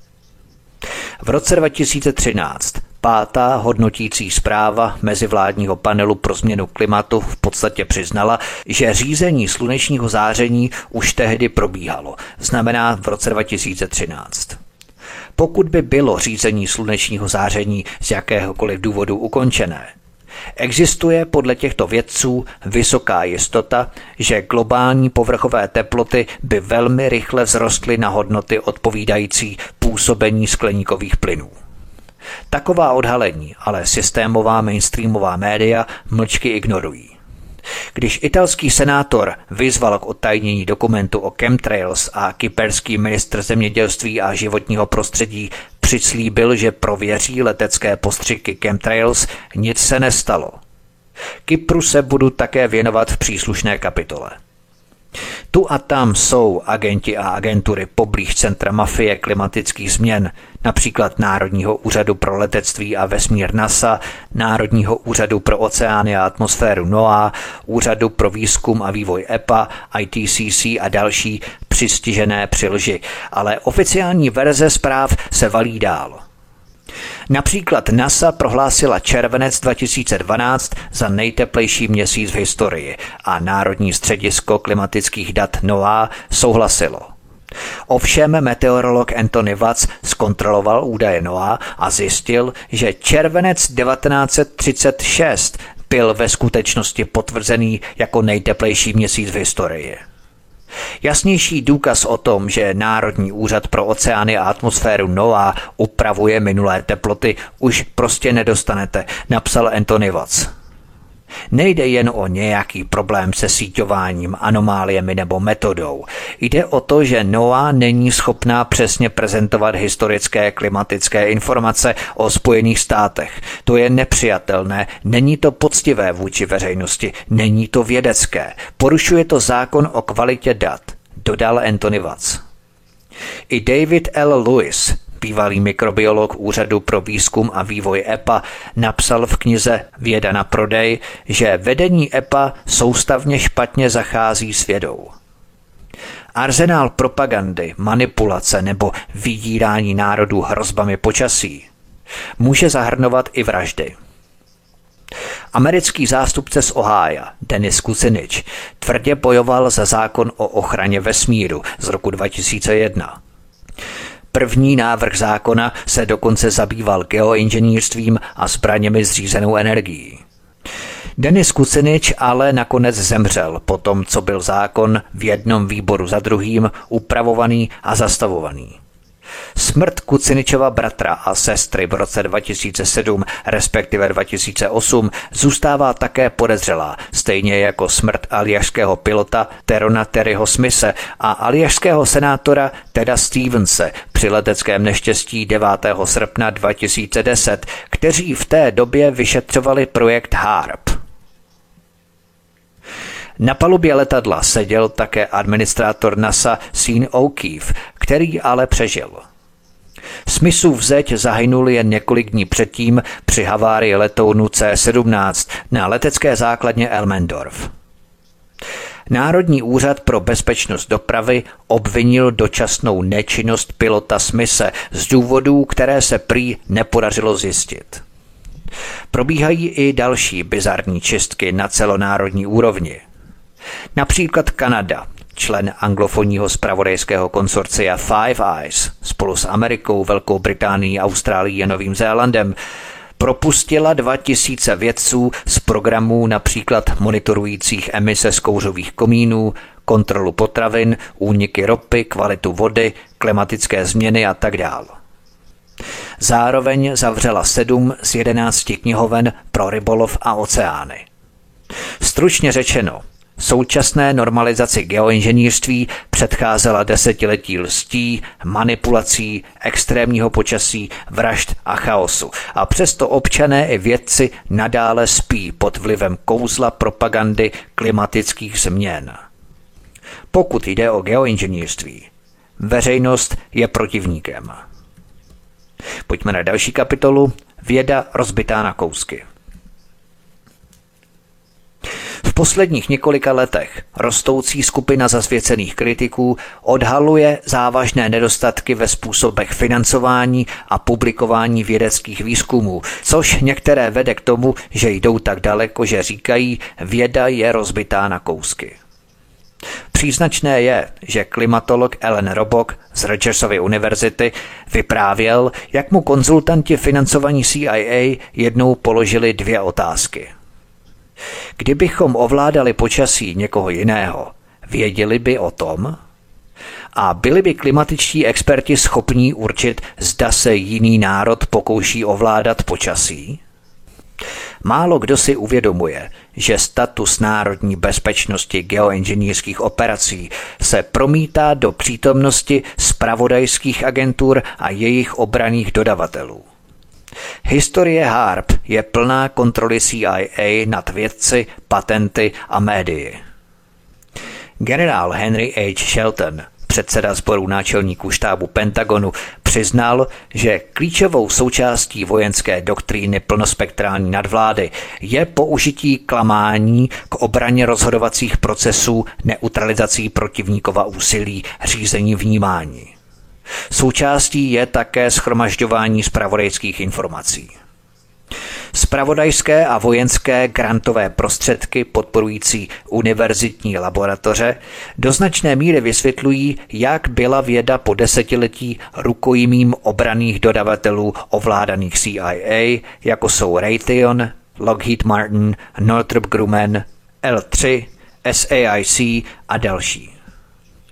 V roce dva tisíce třináct pátá hodnotící zpráva mezivládního panelu pro změnu klimatu v podstatě přiznala, že řízení slunečního záření už tehdy probíhalo, znamená v roce dva tisíce třináct. Pokud by bylo řízení slunečního záření z jakéhokoliv důvodu ukončené, existuje podle těchto vědců vysoká jistota, že globální povrchové teploty by velmi rychle vzrostly na hodnoty odpovídající působení skleníkových plynů. Taková odhalení ale systémová mainstreamová média mlčky ignorují. Když italský senátor vyzval k odtajnění dokumentu o chemtrails a kyperský ministr zemědělství a životního prostředí přislíbil, že prověří letecké postřiky chemtrails, nic se nestalo. Kypru se budu také věnovat v příslušné kapitole. Tu a tam jsou agenti a agentury poblíž centra mafie klimatických změn, například Národního úřadu pro letectví a vesmír NASA, Národního úřadu pro oceány a atmosféru NOAA, Úřadu pro výzkum a vývoj E P A, I T C C a další přistižené při lži, ale oficiální verze zpráv se valí dál. Například NASA prohlásila červenec dva tisíce dvanáct za nejteplejší měsíc v historii a Národní středisko klimatických dat NOAA souhlasilo. Ovšem meteorolog Anthony Watts zkontroloval údaje NOAA a zjistil, že červenec devatenáct set třicet šest byl ve skutečnosti potvrzený jako nejteplejší měsíc v historii. Jasnější důkaz o tom, že Národní úřad pro oceány a atmosféru NOAA upravuje minulé teploty, už prostě nedostanete, napsal Anthony Watts. Nejde jen o nějaký problém se síťováním, anomáliemi nebo metodou. Jde o to, že NOAA není schopná přesně prezentovat historické klimatické informace o Spojených státech. To je nepřijatelné, není to poctivé vůči veřejnosti, není to vědecké. Porušuje to zákon o kvalitě dat, dodal Anthony Watts. I David L. Lewis, bývalý mikrobiolog Úřadu pro výzkum a vývoj E P A, napsal v knize Věda na prodej, že vedení E P A soustavně špatně zachází s vědou. Arzenál propagandy, manipulace nebo vydírání národů hrozbami počasí může zahrnovat i vraždy. Americký zástupce z Ohája, Dennis Kucinich, tvrdě bojoval za zákon o ochraně vesmíru z roku dva tisíce jedna. První návrh zákona se dokonce zabýval geoinženýrstvím a zbraněmi s řízenou energií. Dennis Kucinich ale nakonec zemřel po tom, co byl zákon v jednom výboru za druhým upravovaný a zastavovaný. Smrt Kucinichova bratra a sestry v roce dva tisíce sedm, respektive dva tisíce osm, zůstává také podezřelá, stejně jako smrt aljašského pilota Terona Terryho Smithe a aljašského senátora Teda Stevense při leteckém neštěstí devátého srpna dva tisíce deset, kteří v té době vyšetřovali projekt HAARP. Na palubě letadla seděl také administrátor NASA Sean O'Keefe, který ale přežil. Smithův zeď zahynul jen několik dní předtím při havárii letounu C sedmnáct na letecké základně Elmendorf. Národní úřad pro bezpečnost dopravy obvinil dočasnou nečinnost pilota Smithe z důvodů, které se prý nepodařilo zjistit. Probíhají i další bizarní čistky na celonárodní úrovni. Například Kanada, člen anglofonního zpravodajského konsorcia Five Eyes, spolu s Amerikou, Velkou Británií, Austrálií a Novým Zélandem, propustila dva tisíce vědců z programů například monitorujících emise z kouřových komínů, kontrolu potravin, úniky ropy, kvalitu vody, klimatické změny a tak dále. Zároveň zavřela sedm z jedenácti knihoven pro rybolov a oceány. Stručně řečeno, současné normalizaci geoinženýrství předcházela desetiletí lstí, manipulací, extrémního počasí, vražd a chaosu. A přesto občané i vědci nadále spí pod vlivem kouzla propagandy klimatických změn. Pokud jde o geoinženýrství, veřejnost je protivníkem. Pojďme na další kapitolu. Věda rozbitá na kousky. V posledních několika letech rostoucí skupina zasvěcených kritiků odhaluje závažné nedostatky ve způsobech financování a publikování vědeckých výzkumů, což některé vede k tomu, že jdou tak daleko, že říkají, věda je rozbitá na kousky. Příznačné je, že klimatolog Alan Robock z Rutgersovy univerzity vyprávěl, jak mu konzultanti financovaní C I A jednou položili dvě otázky. Kdybychom ovládali počasí někoho jiného, věděli by o tom? A byli by klimatičtí experti schopní určit, zda se jiný národ pokouší ovládat počasí? Málo kdo si uvědomuje, že status národní bezpečnosti geoinženýrských operací se promítá do přítomnosti zpravodajských agentur a jejich obranných dodavatelů. Historie HAARP je plná kontroly C I A nad vědci, patenty a médii. Generál Henry H. Shelton, předseda sboru náčelníků štábu Pentagonu, přiznal, že klíčovou součástí vojenské doktríny plnospektrální nadvlády je použití klamání k obraně rozhodovacích procesů, neutralizací protivníkova úsilí, řízení vnímání. Součástí je také shromažďování zpravodajských informací. Zpravodajské a vojenské grantové prostředky podporující univerzitní laboratoře do značné míry vysvětlují, jak byla věda po desetiletí rukojmím obranných dodavatelů ovládaných C I A, jako jsou Raytheon, Lockheed Martin, Northrop Grumman, L tři, S A I C a další.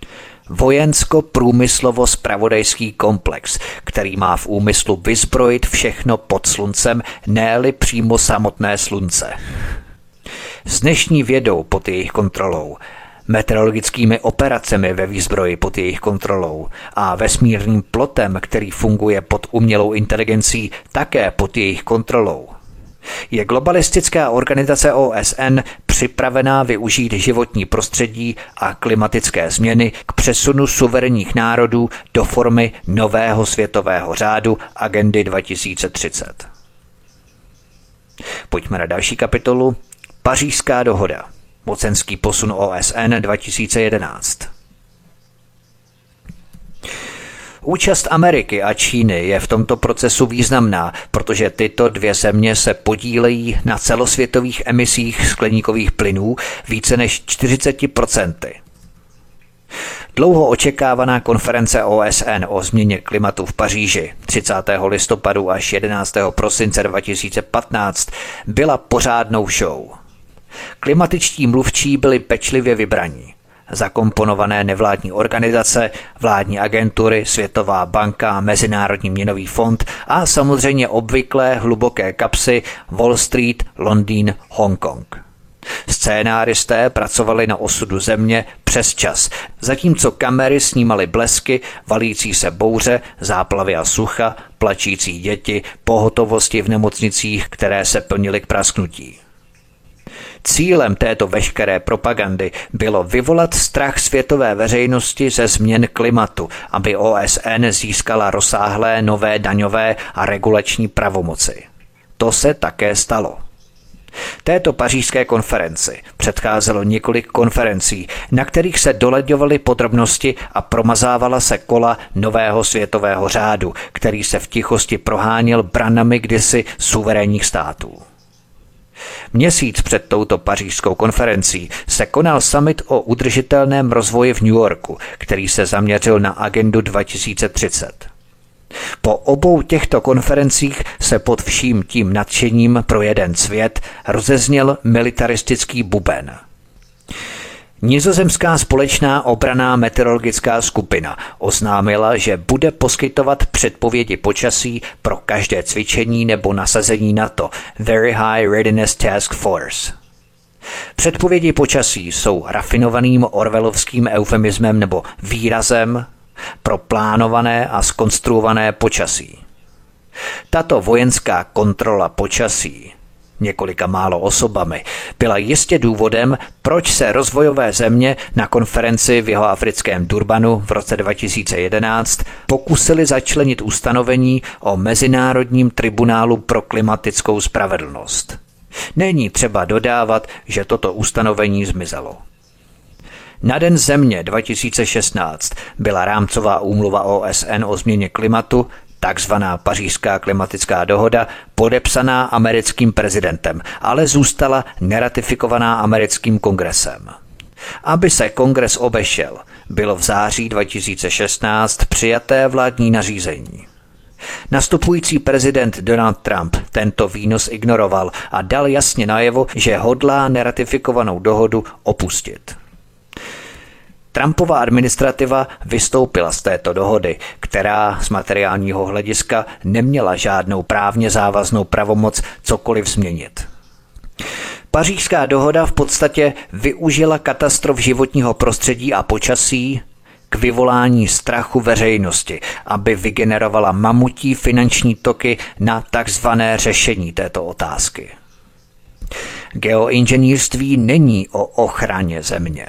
vojensko-průmyslovo-spravodajský komplex, který má v úmyslu vyzbrojit všechno pod sluncem, ne-li přímo samotné slunce. S dnešní vědou pod jejich kontrolou, meteorologickými operacemi ve výzbroji pod jejich kontrolou a vesmírným plotem, který funguje pod umělou inteligencí, také pod jejich kontrolou, je globalistická organizace O S N připravená využít životní prostředí a klimatické změny k přesunu suverénních národů do formy nového světového řádu agendy dva tisíce třicet. Pojďme na další kapitolu. Pařížská dohoda. Mocenský posun O S N dva tisíce jedenáct. Účast Ameriky a Číny je v tomto procesu významná, protože tyto dvě země se podílejí na celosvětových emisích skleníkových plynů více než čtyřicet procent. Dlouho očekávaná konference O S N o změně klimatu v Paříži třicátého listopadu až jedenáctého prosince dva tisíce patnáct byla pořádnou show. Klimatičtí mluvčí byli pečlivě vybraní. Zakomponované nevládní organizace, vládní agentury, Světová banka, Mezinárodní měnový fond a samozřejmě obvyklé hluboké kapsy Wall Street, Londýn, Hongkong. Scénáristé pracovali na osudu země přes čas, zatímco kamery snímaly blesky, valící se bouře, záplavy a sucha, plačící děti, pohotovosti v nemocnicích, které se plnily k prasknutí. Cílem této veškeré propagandy bylo vyvolat strach světové veřejnosti ze změn klimatu, aby O S N získala rozsáhlé nové daňové a regulační pravomoci. To se také stalo. Této pařížské konferenci předcházelo několik konferencí, na kterých se doleďovaly podrobnosti a promazávala se kola nového světového řádu, který se v tichosti proháněl branami kdysi suverénních států. Měsíc před touto pařížskou konferencí se konal summit o udržitelném rozvoji v New Yorku, který se zaměřil na agendu dva tisíce třicet. Po obou těchto konferencích se pod vším tím nadšením pro jeden svět rozezněl militaristický buben. Nizozemská společná obranná meteorologická skupina oznámila, že bude poskytovat předpovědi počasí pro každé cvičení nebo nasazení NATO, Very High Readiness Task Force. Předpovědi počasí jsou rafinovaným orwellovským eufemismem nebo výrazem pro plánované a zkonstruované počasí. Tato vojenská kontrola počasí několika málo osobami byla jistě důvodem, proč se rozvojové země na konferenci v jihoafrickém Durbanu v roce dva tisíce jedenáct pokusili začlenit ustanovení o Mezinárodním tribunálu pro klimatickou spravedlnost. Není třeba dodávat, že toto ustanovení zmizelo. Na Den země dva tisíce šestnáct byla rámcová úmluva O S N o změně klimatu, takzvaná Pařížská klimatická dohoda, podepsaná americkým prezidentem, ale zůstala neratifikovaná americkým kongresem. Aby se kongres obešel, bylo v září dva tisíce šestnáct přijaté vládní nařízení. Nastupující prezident Donald Trump tento výnos ignoroval a dal jasně najevo, že hodlá neratifikovanou dohodu opustit. Trumpova administrativa vystoupila z této dohody, která z materiálního hlediska neměla žádnou právně závaznou pravomoc cokoliv změnit. Pařížská dohoda v podstatě využila katastrof životního prostředí a počasí k vyvolání strachu veřejnosti, aby vygenerovala mamutí finanční toky na takzvané řešení této otázky. Geoinženýrství není o ochraně země.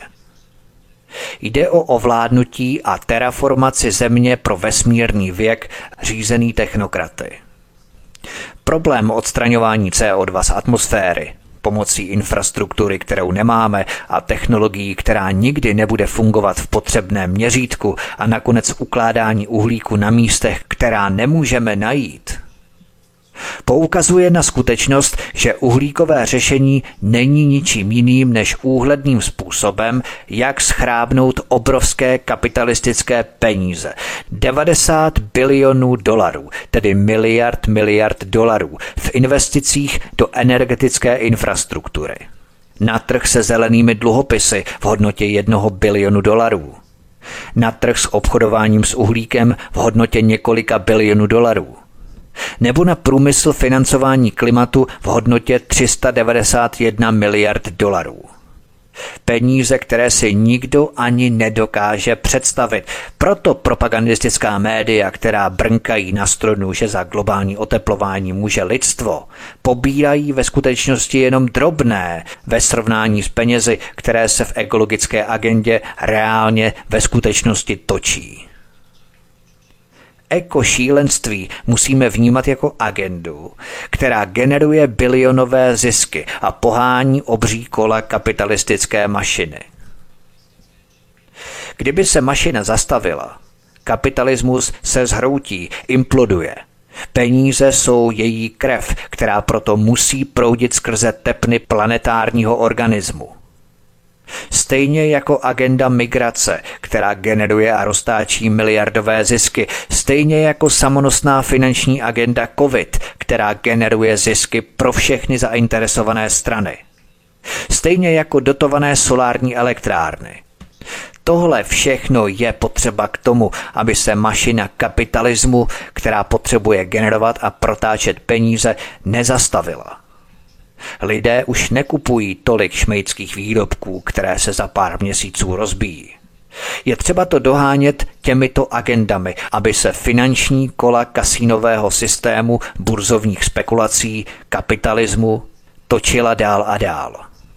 Jde o ovládnutí a terraformaci země pro vesmírný věk řízený technokraty. Problém odstraňování C O dva z atmosféry pomocí infrastruktury, kterou nemáme, a technologií, která nikdy nebude fungovat v potřebném měřítku, a nakonec ukládání uhlíku na místech, která nemůžeme najít, poukazuje na skutečnost, že uhlíkové řešení není ničím jiným než úhledným způsobem, jak schrábnout obrovské kapitalistické peníze. devadesát bilionů dolarů, tedy miliard miliard dolarů, v investicích do energetické infrastruktury. Na trh se zelenými dluhopisy v hodnotě jednoho bilionu dolarů. Na trh s obchodováním s uhlíkem v hodnotě několika bilionů dolarů. Nebo na průmysl financování klimatu v hodnotě tři sta devadesát jedna miliard dolarů. Peníze, které si nikdo ani nedokáže představit. Proto propagandistická média, která brnkají na strunu, že za globální oteplování může lidstvo, pobírají ve skutečnosti jenom drobné ve srovnání s penězi, které se v ekologické agendě reálně ve skutečnosti točí. Ekošílenství musíme vnímat jako agendu, která generuje bilionové zisky a pohání obří kola kapitalistické mašiny. Kdyby se mašina zastavila, kapitalismus se zhroutí, imploduje. Peníze jsou její krev, která proto musí proudit skrze tepny planetárního organismu. Stejně jako agenda migrace, která generuje a roztáčí miliardové zisky, stejně jako samonosná finanční agenda COVID, která generuje zisky pro všechny zainteresované strany. Stejně jako dotované solární elektrárny. Tohle všechno je potřeba k tomu, aby se mašina kapitalismu, která potřebuje generovat a protáčet peníze, nezastavila. Lidé už nekupují tolik šmejdských výrobků, které se za pár měsíců rozbíjí. Je třeba to dohánět těmito agendami, aby se finanční kola kasínového systému, burzovních spekulací, kapitalismu točila dál a dál.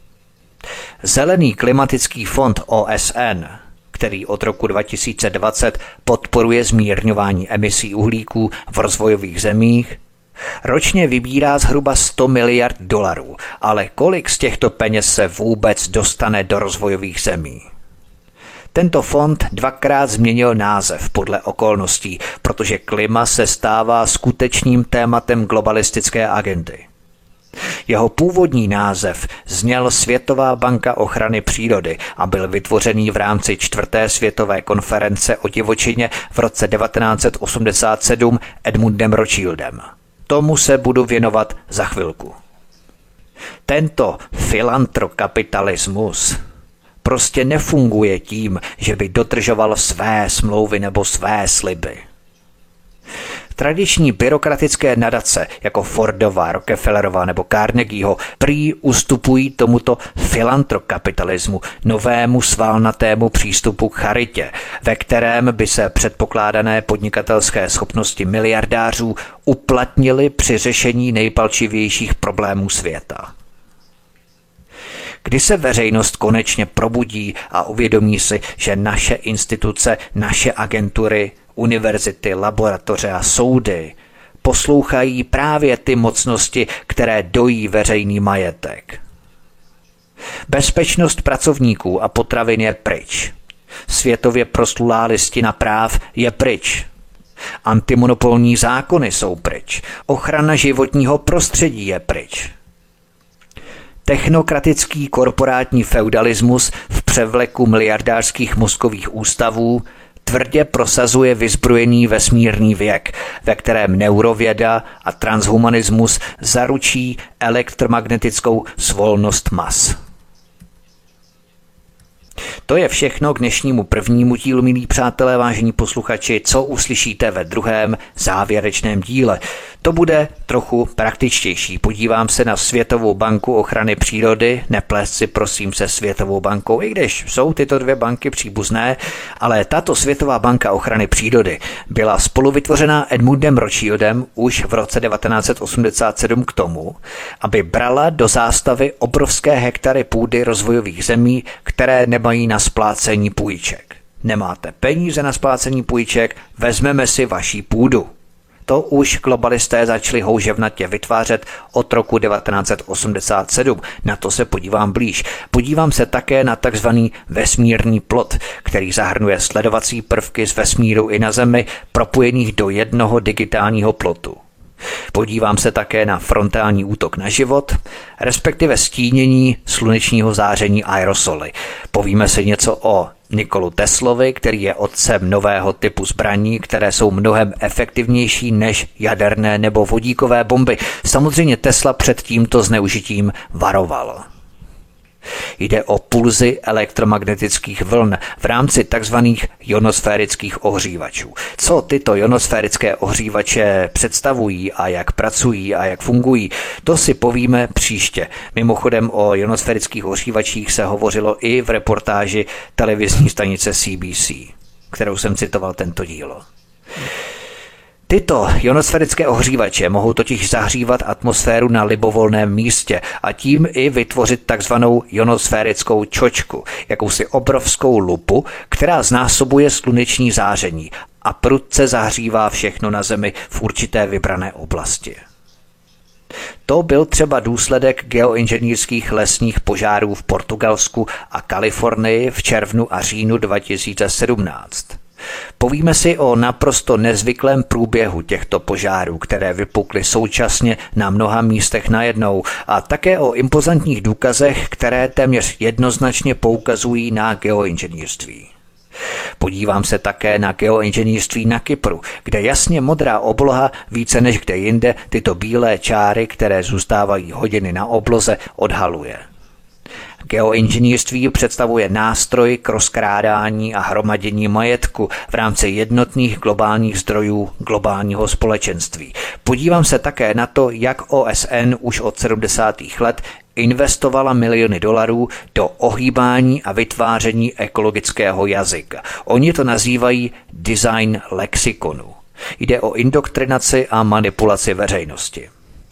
Zelený klimatický fond O S N, který od roku dva tisíce dvacet podporuje zmírňování emisí uhlíků v rozvojových zemích, ročně vybírá zhruba sto miliard dolarů, ale kolik z těchto peněz se vůbec dostane do rozvojových zemí? Tento fond dvakrát změnil název podle okolností, protože klima se stává skutečným tématem globalistické agendy. Jeho původní název zněl Světová banka ochrany přírody a byl vytvořený v rámci čtvrté světové konference o divočině v roce devatenáct set osmdesát sedm Edmundem Rothschildem. Tomu se budu věnovat za chvilku. Tento filantrokapitalismus prostě nefunguje tím, že by dodržoval své smlouvy nebo své sliby. Tradiční byrokratické nadace jako Fordova, Rockefellerova nebo Carnegieho prý ustupují tomuto filantrokapitalismu, novému svalnatému přístupu k charitě, ve kterém by se předpokládané podnikatelské schopnosti miliardářů uplatnily při řešení nejpalčivějších problémů světa. Kdy se veřejnost konečně probudí a uvědomí si, že naše instituce, naše agentury, univerzity, laboratoře a soudy poslouchají právě ty mocnosti, které dojí veřejný majetek. Bezpečnost pracovníků a potravin je pryč. Světově proslulá listina práv je pryč. Antimonopolní zákony jsou pryč. Ochrana životního prostředí je pryč. Technokratický korporátní feudalismus v převleku miliardářských mozkových ústavů tvrdě prosazuje vyzbrojený vesmírný věk, ve kterém neurověda a transhumanismus zaručí elektromagnetickou svolnost mas. To je všechno k dnešnímu prvnímu dílu, milí přátelé, vážení posluchači, co uslyšíte ve druhém závěrečném díle. To bude trochu praktičtější. Podívám se na Světovou banku ochrany přírody, neplést si prosím se Světovou bankou, i když jsou tyto dvě banky příbuzné, ale tato Světová banka ochrany přírody byla spoluvytvořená Edmundem Rothschildem už v roce devatenáct set osmdesát sedm k tomu, aby brala do zástavy obrovské hektary půdy rozvojových zemí, které nemají na splácení půjček. Nemáte peníze na splácení půjček, vezmeme si vaší půdu. To už globalisté začali houževnatě vytvářet od roku devatenáct set osmdesát sedm. Na to se podívám blíž. Podívám se také na takzvaný vesmírný plot, který zahrnuje sledovací prvky z vesmíru i na Zemi, propojených do jednoho digitálního plotu. Podívám se také na frontální útok na život, respektive stínění slunečního záření aerosoly. Povíme si něco o Nikolu Teslovi, který je otcem nového typu zbraní, které jsou mnohem efektivnější než jaderné nebo vodíkové bomby. Samozřejmě Tesla před tímto zneužitím varoval. Jde o pulzy elektromagnetických vln v rámci tzv. Ionosférických ohřívačů. Co tyto ionosférické ohřívače představují a jak pracují a jak fungují, to si povíme příště. Mimochodem o ionosférických ohřívačích se hovořilo i v reportáži televizní stanice C B C, kterou jsem citoval tento díl. Tyto ionosférické ohřívače mohou totiž zahřívat atmosféru na libovolném místě a tím i vytvořit takzvanou ionosférickou čočku, jakousi obrovskou lupu, která znásobuje sluneční záření a prudce zahřívá všechno na Zemi v určité vybrané oblasti. To byl třeba důsledek geoinženýrských lesních požárů v Portugalsku a Kalifornii v červnu a říjnu dva tisíce sedmnáct. Povíme si o naprosto nezvyklém průběhu těchto požárů, které vypukly současně na mnoha místech najednou, a také o impozantních důkazech, které téměř jednoznačně poukazují na geoinženýrství. Podívám se také na geoinženýrství na Kypru, kde jasně modrá obloha více než kde jinde tyto bílé čáry, které zůstávají hodiny na obloze, odhaluje. Geoinženýrství představuje nástroj k rozkrádání a hromadění majetku v rámci jednotných globálních zdrojů globálního společenství. Podívám se také na to, jak O S N už od sedmdesátých let investovala miliony dolarů do ohýbání a vytváření ekologického jazyka. Oni to nazývají design lexikonu. Jde o indoktrinaci a manipulaci veřejnosti.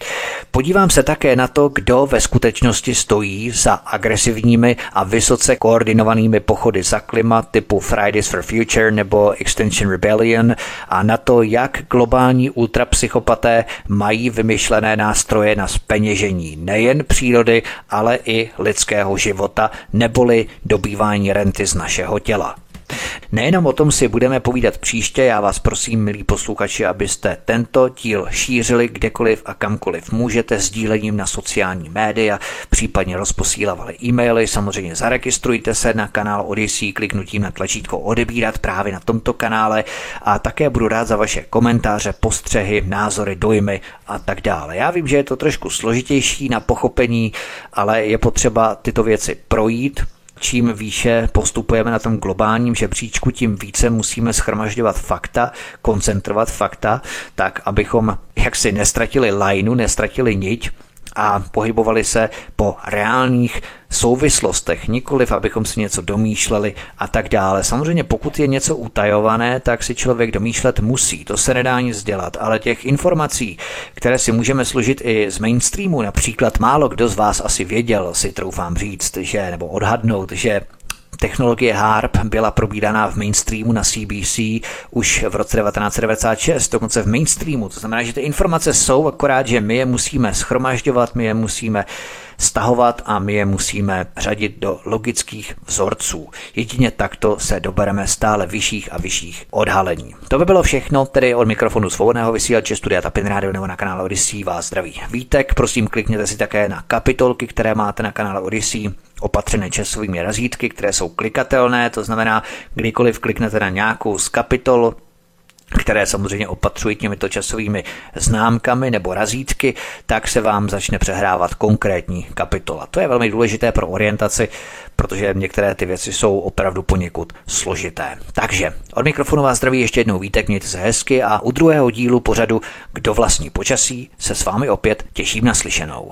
Podívám se také na to, kdo ve skutečnosti stojí za agresivními a vysoce koordinovanými pochody za klima typu Fridays for Future nebo Extinction Rebellion a na to, jak globální ultrapsychopaté mají vymyšlené nástroje na zpeněžení nejen přírody, ale i lidského života neboli dobývání renty z našeho těla. Nejenom o tom si budeme povídat příště, já vás prosím, milí posluchači, abyste tento díl šířili kdekoliv a kamkoliv můžete sdílením na sociální média, případně rozposílávali e-maily, samozřejmě zaregistrujte se na kanál Odyssey kliknutím na tlačítko odebírat právě na tomto kanále a také budu rád za vaše komentáře, postřehy, názory, dojmy a tak dále. Já vím, že je to trošku složitější na pochopení, ale je potřeba tyto věci projít. Čím výše postupujeme na tom globálním žebříčku, tím více musíme shromažďovat fakta, koncentrovat fakta, tak abychom jaksi nestratili lajnu, nestratili niť a pohybovali se po reálných souvislostech, nikoliv abychom si něco domýšleli a tak dále. Samozřejmě pokud je něco utajované, tak si člověk domýšlet musí, to se nedá nic dělat, ale těch informací, které si můžeme složit i z mainstreamu, například málo kdo z vás asi věděl, si troufám říct, že nebo odhadnout, že technologie HAARP byla probíraná v mainstreamu na C B C už v roce devatenáct set devadesát šest, dokonce v mainstreamu. To znamená, že ty informace jsou, akorát, že my je musíme shromažďovat, my je musíme stahovat a my je musíme řadit do logických vzorců. Jedině takto se dobereme stále vyšších a vyšších odhalení. To by bylo všechno, tedy od mikrofonu svobodného vysílače Studia Tapin Radio nebo na kanále Odyssey vás zdraví Vítek. Prosím, klikněte si také na kapitolky, které máte na kanále Odyssey, opatřené časovými razítky, které jsou klikatelné, to znamená, kdykoliv kliknete na nějakou z kapitol, které samozřejmě opatřují těmito časovými známkami nebo razítky, tak se vám začne přehrávat konkrétní kapitola. To je velmi důležité pro orientaci, protože některé ty věci jsou opravdu poněkud složité. Takže od mikrofonu vás zdraví ještě jednou Vítek, mějte se hezky a u druhého dílu pořadu Kdo vlastní počasí se s vámi opět těším na slyšenou.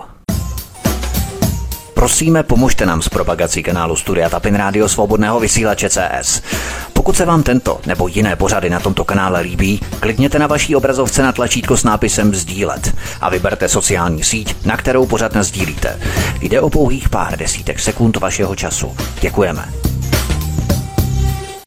Prosíme, pomožte nám s propagací kanálu Studia Tapin Radio Svobodného vysílače C S. Pokud se vám tento nebo jiné pořady na tomto kanále líbí, klikněte na vaší obrazovce na tlačítko s nápisem sdílet a vyberte sociální síť, na kterou pořad nasdílíte. Jde o pouhých pár desítek sekund vašeho času. Děkujeme.